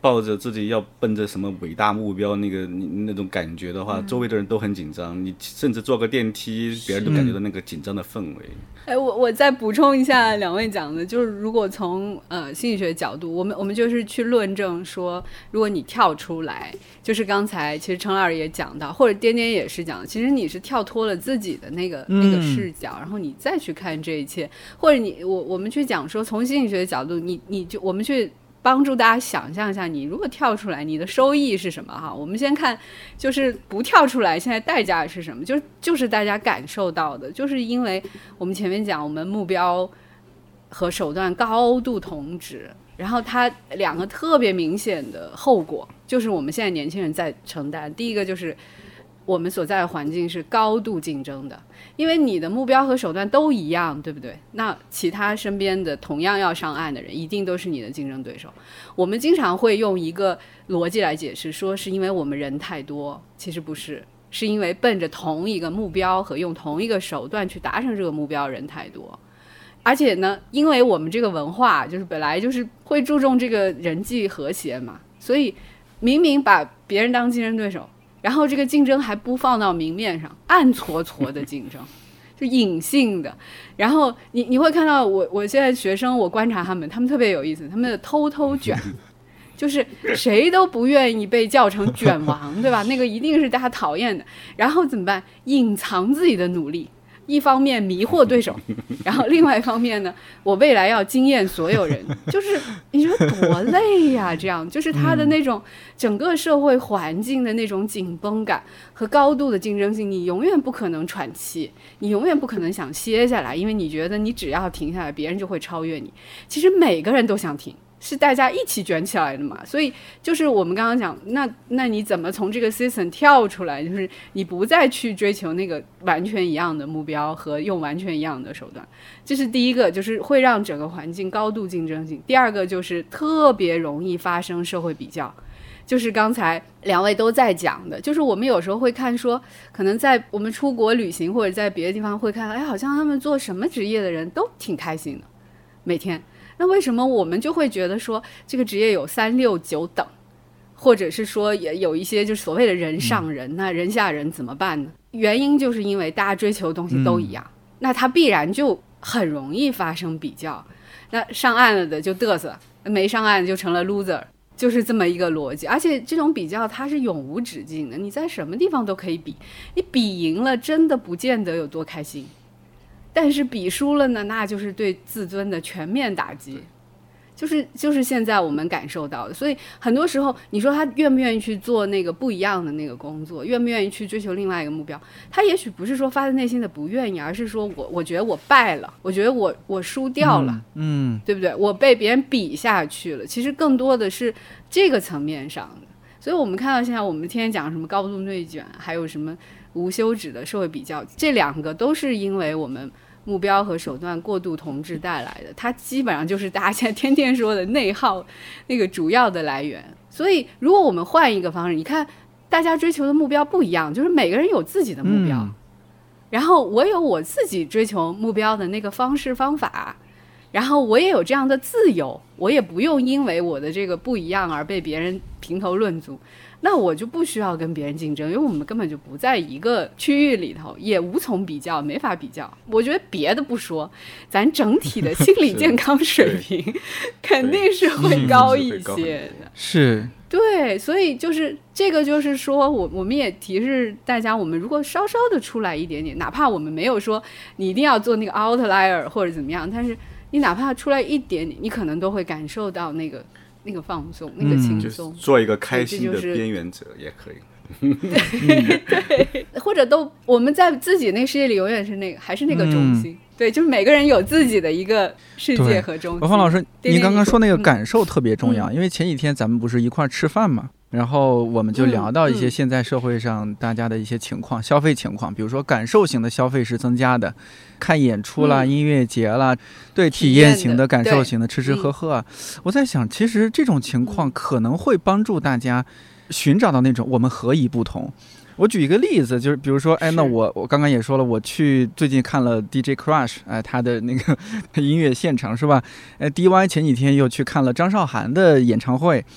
抱着自己要奔着什么伟大目标那种感觉的话，周围的人都很紧张，你甚至坐个电梯，别人都感觉到那个紧张的氛围。 我再补充一下两位讲的，就是如果从心理学角度，我们就是去论证说，如果你跳出来，就是刚才其实程老师也讲到，或者颠颠也是讲的，其实你是跳脱了自己的那个视角，然后你再去看这一切，或者我们去讲说，从心理学的角度，我们去帮助大家想象一下，你如果跳出来，你的收益是什么哈？我们先看，就是不跳出来，现在代价是什么？就是大家感受到的，就是因为我们前面讲，我们目标和手段高度同质，然后它两个特别明显的后果，就是我们现在年轻人在承担。第一个就是我们所在的环境是高度竞争的，因为你的目标和手段都一样，对不对？那其他身边的同样要上岸的人一定都是你的竞争对手。我们经常会用一个逻辑来解释，说是因为我们人太多，其实不是，是因为奔着同一个目标和用同一个手段去达成这个目标人太多。而且呢，因为我们这个文化就是本来就是会注重这个人际和谐嘛，所以明明把别人当竞争对手，然后这个竞争还不放到明面上，暗搓搓的竞争，就隐性的。然后你会看到我现在学生，我观察他们特别有意思，他们的偷卷，就是谁都不愿意被叫成卷王，对吧？那个一定是大家讨厌的。然后怎么办？隐藏自己的努力。一方面迷惑对手，然后另外一方面呢，我未来要惊艳所有人，就是你说多累呀，这样就是他的那种整个社会环境的那种紧绷感和高度的竞争性，你永远不可能喘气，你永远不可能想歇下来，因为你觉得你只要停下来，别人就会超越你。其实每个人都想停，是大家一起卷起来的嘛，所以就是我们刚刚讲，那你怎么从这个 system 跳出来？就是你不再去追求那个完全一样的目标和用完全一样的手段，这是第一个，就是会让整个环境高度竞争性。第二个就是特别容易发生社会比较，就是刚才两位都在讲的，就是我们有时候会看说，可能在我们出国旅行或者在别的地方会看，好像他们做什么职业的人都挺开心的，每天。那为什么我们就会觉得说这个职业有3、6、9等，或者是说也有一些就是所谓的人上人，那人下人怎么办呢？原因就是因为大家追求的东西都一样，那它必然就很容易发生比较，那上岸了的就嘚瑟，没上岸就成了 loser， 就是这么一个逻辑。而且这种比较它是永无止境的，你在什么地方都可以比，你比赢了真的不见得有多开心，但是比输了呢，那就是对自尊的全面打击，就是现在我们感受到的。所以很多时候你说他愿不愿意去做那个不一样的那个工作，愿不愿意去追求另外一个目标，他也许不是说发自内心的不愿意，而是说我觉得我败了，我觉得我输掉了，对不对？我被别人比下去了，其实更多的是这个层面上的。所以我们看到现在我们天天讲什么高度内卷，还有什么无休止的社会比较，这两个都是因为我们目标和手段过度同质带来的，它基本上就是大家现在天天说的内耗那个主要的来源。所以如果我们换一个方式，你看大家追求的目标不一样，就是每个人有自己的目标，然后我有我自己追求目标的那个方式方法，然后我也有这样的自由，我也不用因为我的这个不一样而被别人评头论足，那我就不需要跟别人竞争，因为我们根本就不在一个区域里头，也无从比较，没法比较。我觉得别的不说，咱整体的心理健康水平肯定是会高一些的。 是， 对，所以就是这个，就是说我们也提示大家，我们如果稍稍的出来一点点，哪怕我们没有说你一定要做那个 outlier 或者怎么样，但是你哪怕出来一点点，你可能都会感受到那个放松，那个轻松， 就是做一个开心的边缘者也可以。 对，或者都我们在自己那个世界里永远是那个还是那个中心。对，就是每个人有自己的一个世界和中心。 方老师，你刚刚说那个感受特别重要，因为前几天咱们不是一块吃饭嘛，然后我们就聊到一些现在社会上大家的一些情况，消费情况，比如说感受型的消费是增加的，看演出啦、音乐节啦，对，体验型的、感受型的吃吃喝喝啊。我在想，其实这种情况可能会帮助大家寻找到那种我们何以不同。我举一个例子，就是比如说，那我刚刚也说了，我去最近看了 DJ Crush， 他的那个音乐现场是吧？DY 前几天又去看了张韶涵的演唱会，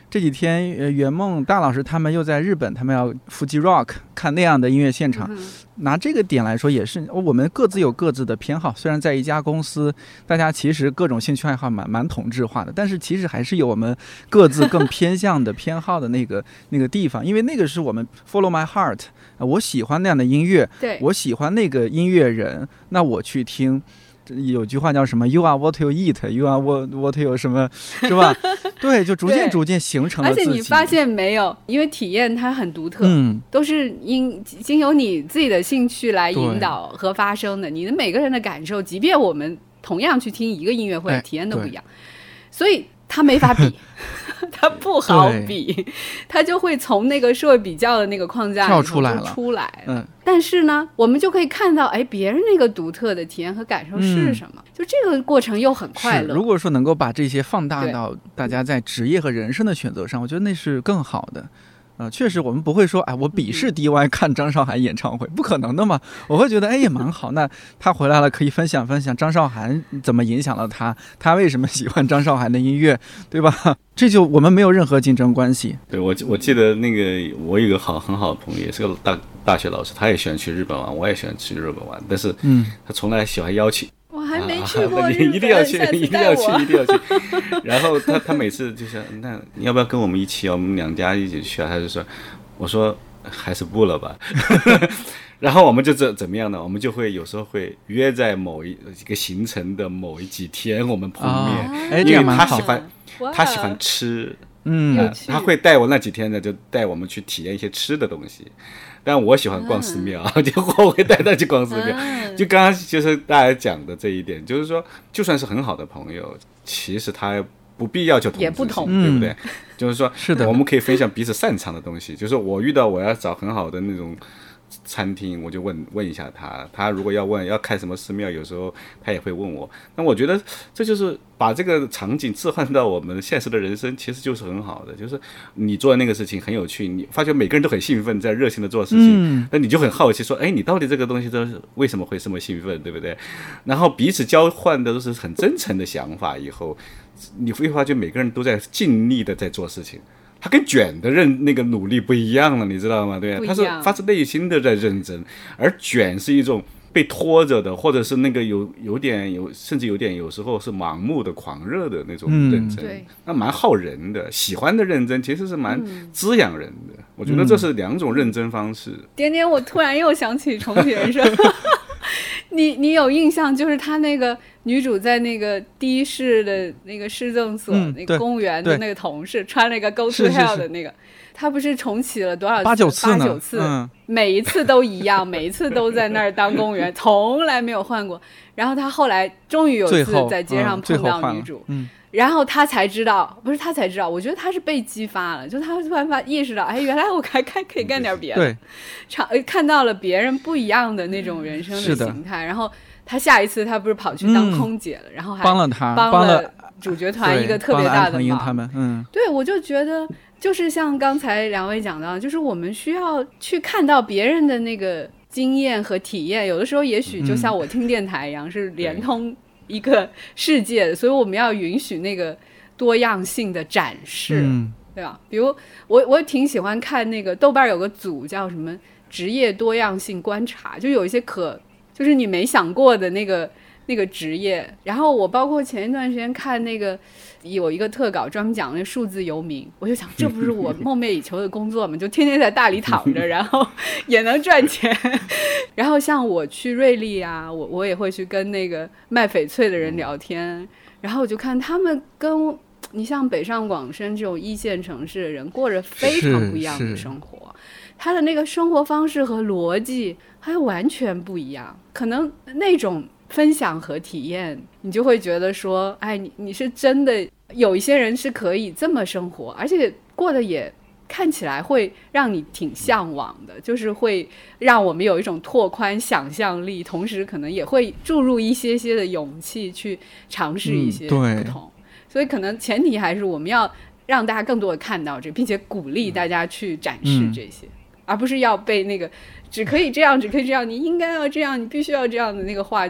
这几天圆梦大老师他们又在日本，他们要Fuji Rock 看那样的音乐现场。拿这个点来说，也是我们各自有各自的偏好。虽然在一家公司，大家其实各种兴趣爱好蛮同质化的，但是其实还是有我们各自更偏向的偏好的那个地方，因为那个是我们 follow my heart，我喜欢那样的音乐，我喜欢那个音乐人，那我去听。有句话叫什么 You are what you eat, You are what you 什么，是吧？对，就逐渐形成了自己。 而且你发现没有，因为体验它很独特，都是经由你自己的兴趣来引导和发生的。你的每个人的感受，即便我们同样去听一个音乐会，体验都不一样，所以它没法比。它不好比，它就会从那个社会比较的那个框架跳出来了。但是呢，我们就可以看到，别人那个独特的体验和感受是什么？就这个过程又很快乐。 如果说能够把这些放大到大家在职业和人生的选择上，我觉得那是更好的。确实我们不会说我鄙视 DY 看张韶涵演唱会，不可能的嘛。我会觉得也蛮好，那他回来了可以分享张韶涵怎么影响了他为什么喜欢张韶涵的音乐，对吧？这就我们没有任何竞争关系。 对，我记得那个我有一个很好的朋友，也是个大学老师，他也喜欢去日本玩，我也喜欢去日本玩，但是他从来喜欢邀请我还没去过日本， 一定要去。然后他每次就说，那你要不要跟我们一起？我们2家一起去啊？他就说，我说还是不了吧。然后我们就怎么样呢？我们就会有时候会约在某一个行程的某几天我们碰面，因为他喜欢吃。他会带我那几天呢，就带我们去体验一些吃的东西。但我喜欢逛寺庙，结果我会带他去逛寺庙。就刚刚就是大家讲的这一点，就是说，就算是很好的朋友，其实他不必要就同也不同， 对不对？就是说， 是的， 我们可以分享彼此擅长的东西。就是我遇到我要找很好的那种餐厅，我就问一下他如果要看什么寺庙，有时候他也会问我。那我觉得这就是把这个场景置换到我们现实的人生，其实就是很好的。就是你做的那个事情很有趣，你发觉每个人都很兴奋，在热情的做事情，那你就很好奇说，你到底这个东西都是为什么会这么兴奋，对不对？然后彼此交换的都是很真诚的想法，以后你会发觉每个人都在尽力的在做事情。他跟卷的那个努力不一样了，你知道吗？对，他是发自内心的在认真，而卷是一种被拖着的，或者是那个甚至有点有时候是盲目的狂热的那种认真，那蛮耗人的。喜欢的认真其实是蛮滋养人的，我觉得这是2种认真方式。 点点，我突然又想起重启人生。你有印象，就是他那个女主在那个的士的那个市政所、那个公务员的那个同事，穿了一个 Go to Hell 的那个，他不是重启了多少次？8-9次，每一次都一样，每一次都在那儿当公务员，从来没有换过。然后他后来终于有一次在街上碰到女主，然后他才知道，不是他才知道，我觉得他是被激发了，就他突然意识到，原来我还可以干点别的，看到了别人不一样的那种人生的形态。然后他下一次他不是跑去当空姐了，然后还帮了主角团一个特别大的忙。对，我就觉得就是像刚才2位讲到，就是我们需要去看到别人的那个经验和体验，有的时候也许就像我听电台一样，是连通一个世界，所以我们要允许那个多样性的展示，对吧？比如我挺喜欢看那个豆瓣有个组叫什么职业多样性观察，就有一些就是你没想过的那个职业。然后我包括前一段时间看那个有一个特稿专门讲那个数字游民，我就想这不是我梦寐以求的工作吗？就天天在大理躺着，然后也能赚钱。然后像我去瑞丽啊，我也会去跟那个卖翡翠的人聊天，然后我就看他们跟你像北上广深这种1线城市的人过着非常不一样的生活，他的那个生活方式和逻辑还完全不一样。可能那种分享和体验，你就会觉得说，你是真的有一些人是可以这么生活，而且过得也看起来会让你挺向往的，就是会让我们有一种拓宽想象力，同时可能也会注入一些的勇气去尝试一些不同。所以可能前提还是我们要让大家更多的看到这，并且鼓励大家去展示这些，而不是要被那个只可以这样，你应该要这样，你必须要这样的那个话就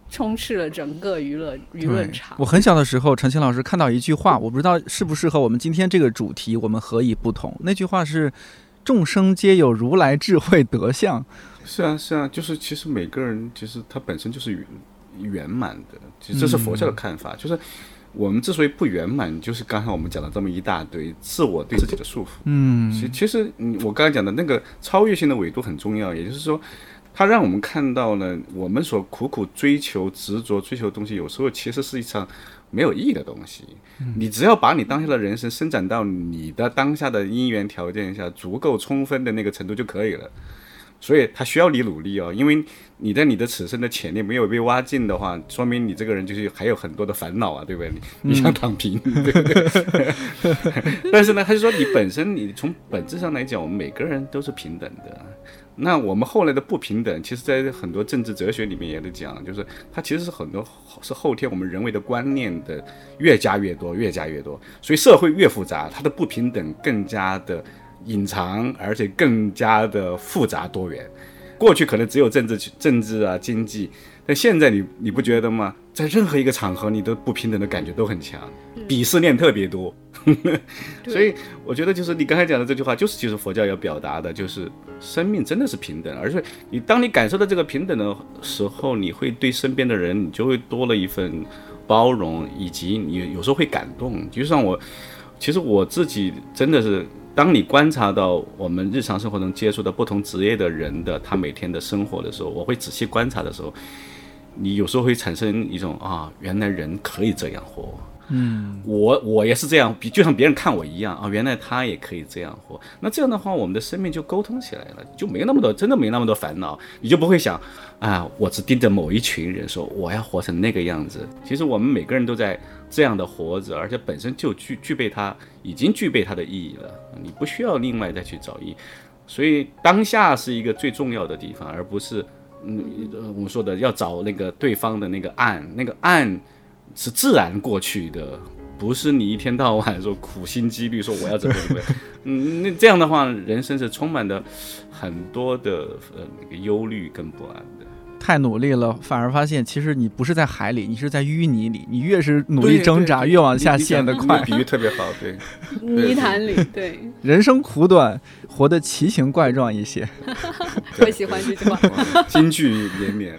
充斥了整个舆论场。 我很小的时候，陈清老师看到一句话，我不知道适不适合我们今天这个主题，我们何以不同？那句话是众生皆有如来智慧德相。 是啊，就是其实每个人其实他本身就是圆满的，其实这是佛教的看法，就是我们之所以不圆满，就是刚才我们讲了这么一大堆自我对自己的束缚。其实我刚才讲的那个超越性的纬度很重要，也就是说它让我们看到了我们所苦苦追求执着追求的东西，有时候其实是一场没有意义的东西。你只要把你当下的人生伸展到你的当下的因缘条件下足够充分的那个程度就可以了。所以它需要你努力哦，因为你在你的此生的潜力没有被挖尽的话，说明你这个人就是还有很多的烦恼啊，对不对？你想躺平，对不对？但是呢，他就说你本身，你从本质上来讲，我们每个人都是平等的。那我们后来的不平等，其实在很多政治哲学里面也在讲，就是它其实是很多是后天我们人为的观念的越加越多，所以社会越复杂，它的不平等更加的隐藏，而且更加的复杂多元。过去可能只有政治啊、经济，但现在你不觉得吗？在任何一个场合，你的不平等的感觉都很强，鄙视链特别多。所以我觉得就是你刚才讲的这句话，就是其实佛教要表达的，就是生命真的是平等，而且当你感受到这个平等的时候，你会对身边的人，你就会多了一份包容，以及你有时候会感动。就像其实我自己真的是。当你观察到我们日常生活中接触到不同职业的人的他每天的生活的时候，我会仔细观察的时候，你有时候会产生一种原来人可以这样活。我也是这样，就像别人看我一样原来他也可以这样活。那这样的话，我们的生命就沟通起来了，就没那么多，真的没那么多烦恼。你就不会想我只盯着某一群人说我要活成那个样子。其实我们每个人都在这样的活着，而且本身就已经具备它的意义了，你不需要另外再去找意义。所以当下是一个最重要的地方，而不是我们说的要找那个对方的那个岸是自然过去的，不是你一天到晚说苦心积虑说我要怎么那这样的话，人生是充满了很多的那个忧虑跟不安的。 太努力了，反而发现其实你不是在海里，你是在淤泥里。你越是努力挣扎，越往下陷得快。 比喻特别好，对。 泥潭里，对。 人生苦短，活得奇形怪状一些。 我喜欢这句话。 金句连连。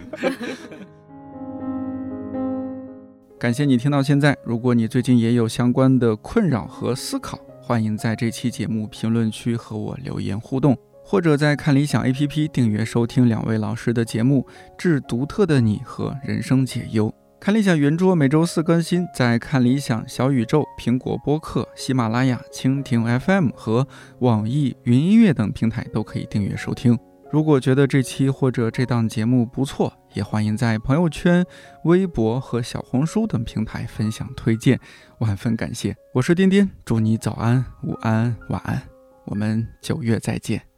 感谢你听到现在。如果你最近也有相关的困扰和思考，欢迎在这期节目评论区和我留言互动，或者在看理想 APP 订阅收听2位老师的节目《致独特的你》和《人生解忧》。看理想圆桌每周4更新，在看理想、小宇宙、苹果播客、喜马拉雅、蜻蜓 FM 和网易云音乐等平台都可以订阅收听。如果觉得这期或者这档节目不错，也欢迎在朋友圈、微博和小红书等平台分享推荐，万分感谢。我是颠颠，祝你早安、午安、晚安，我们9月再见。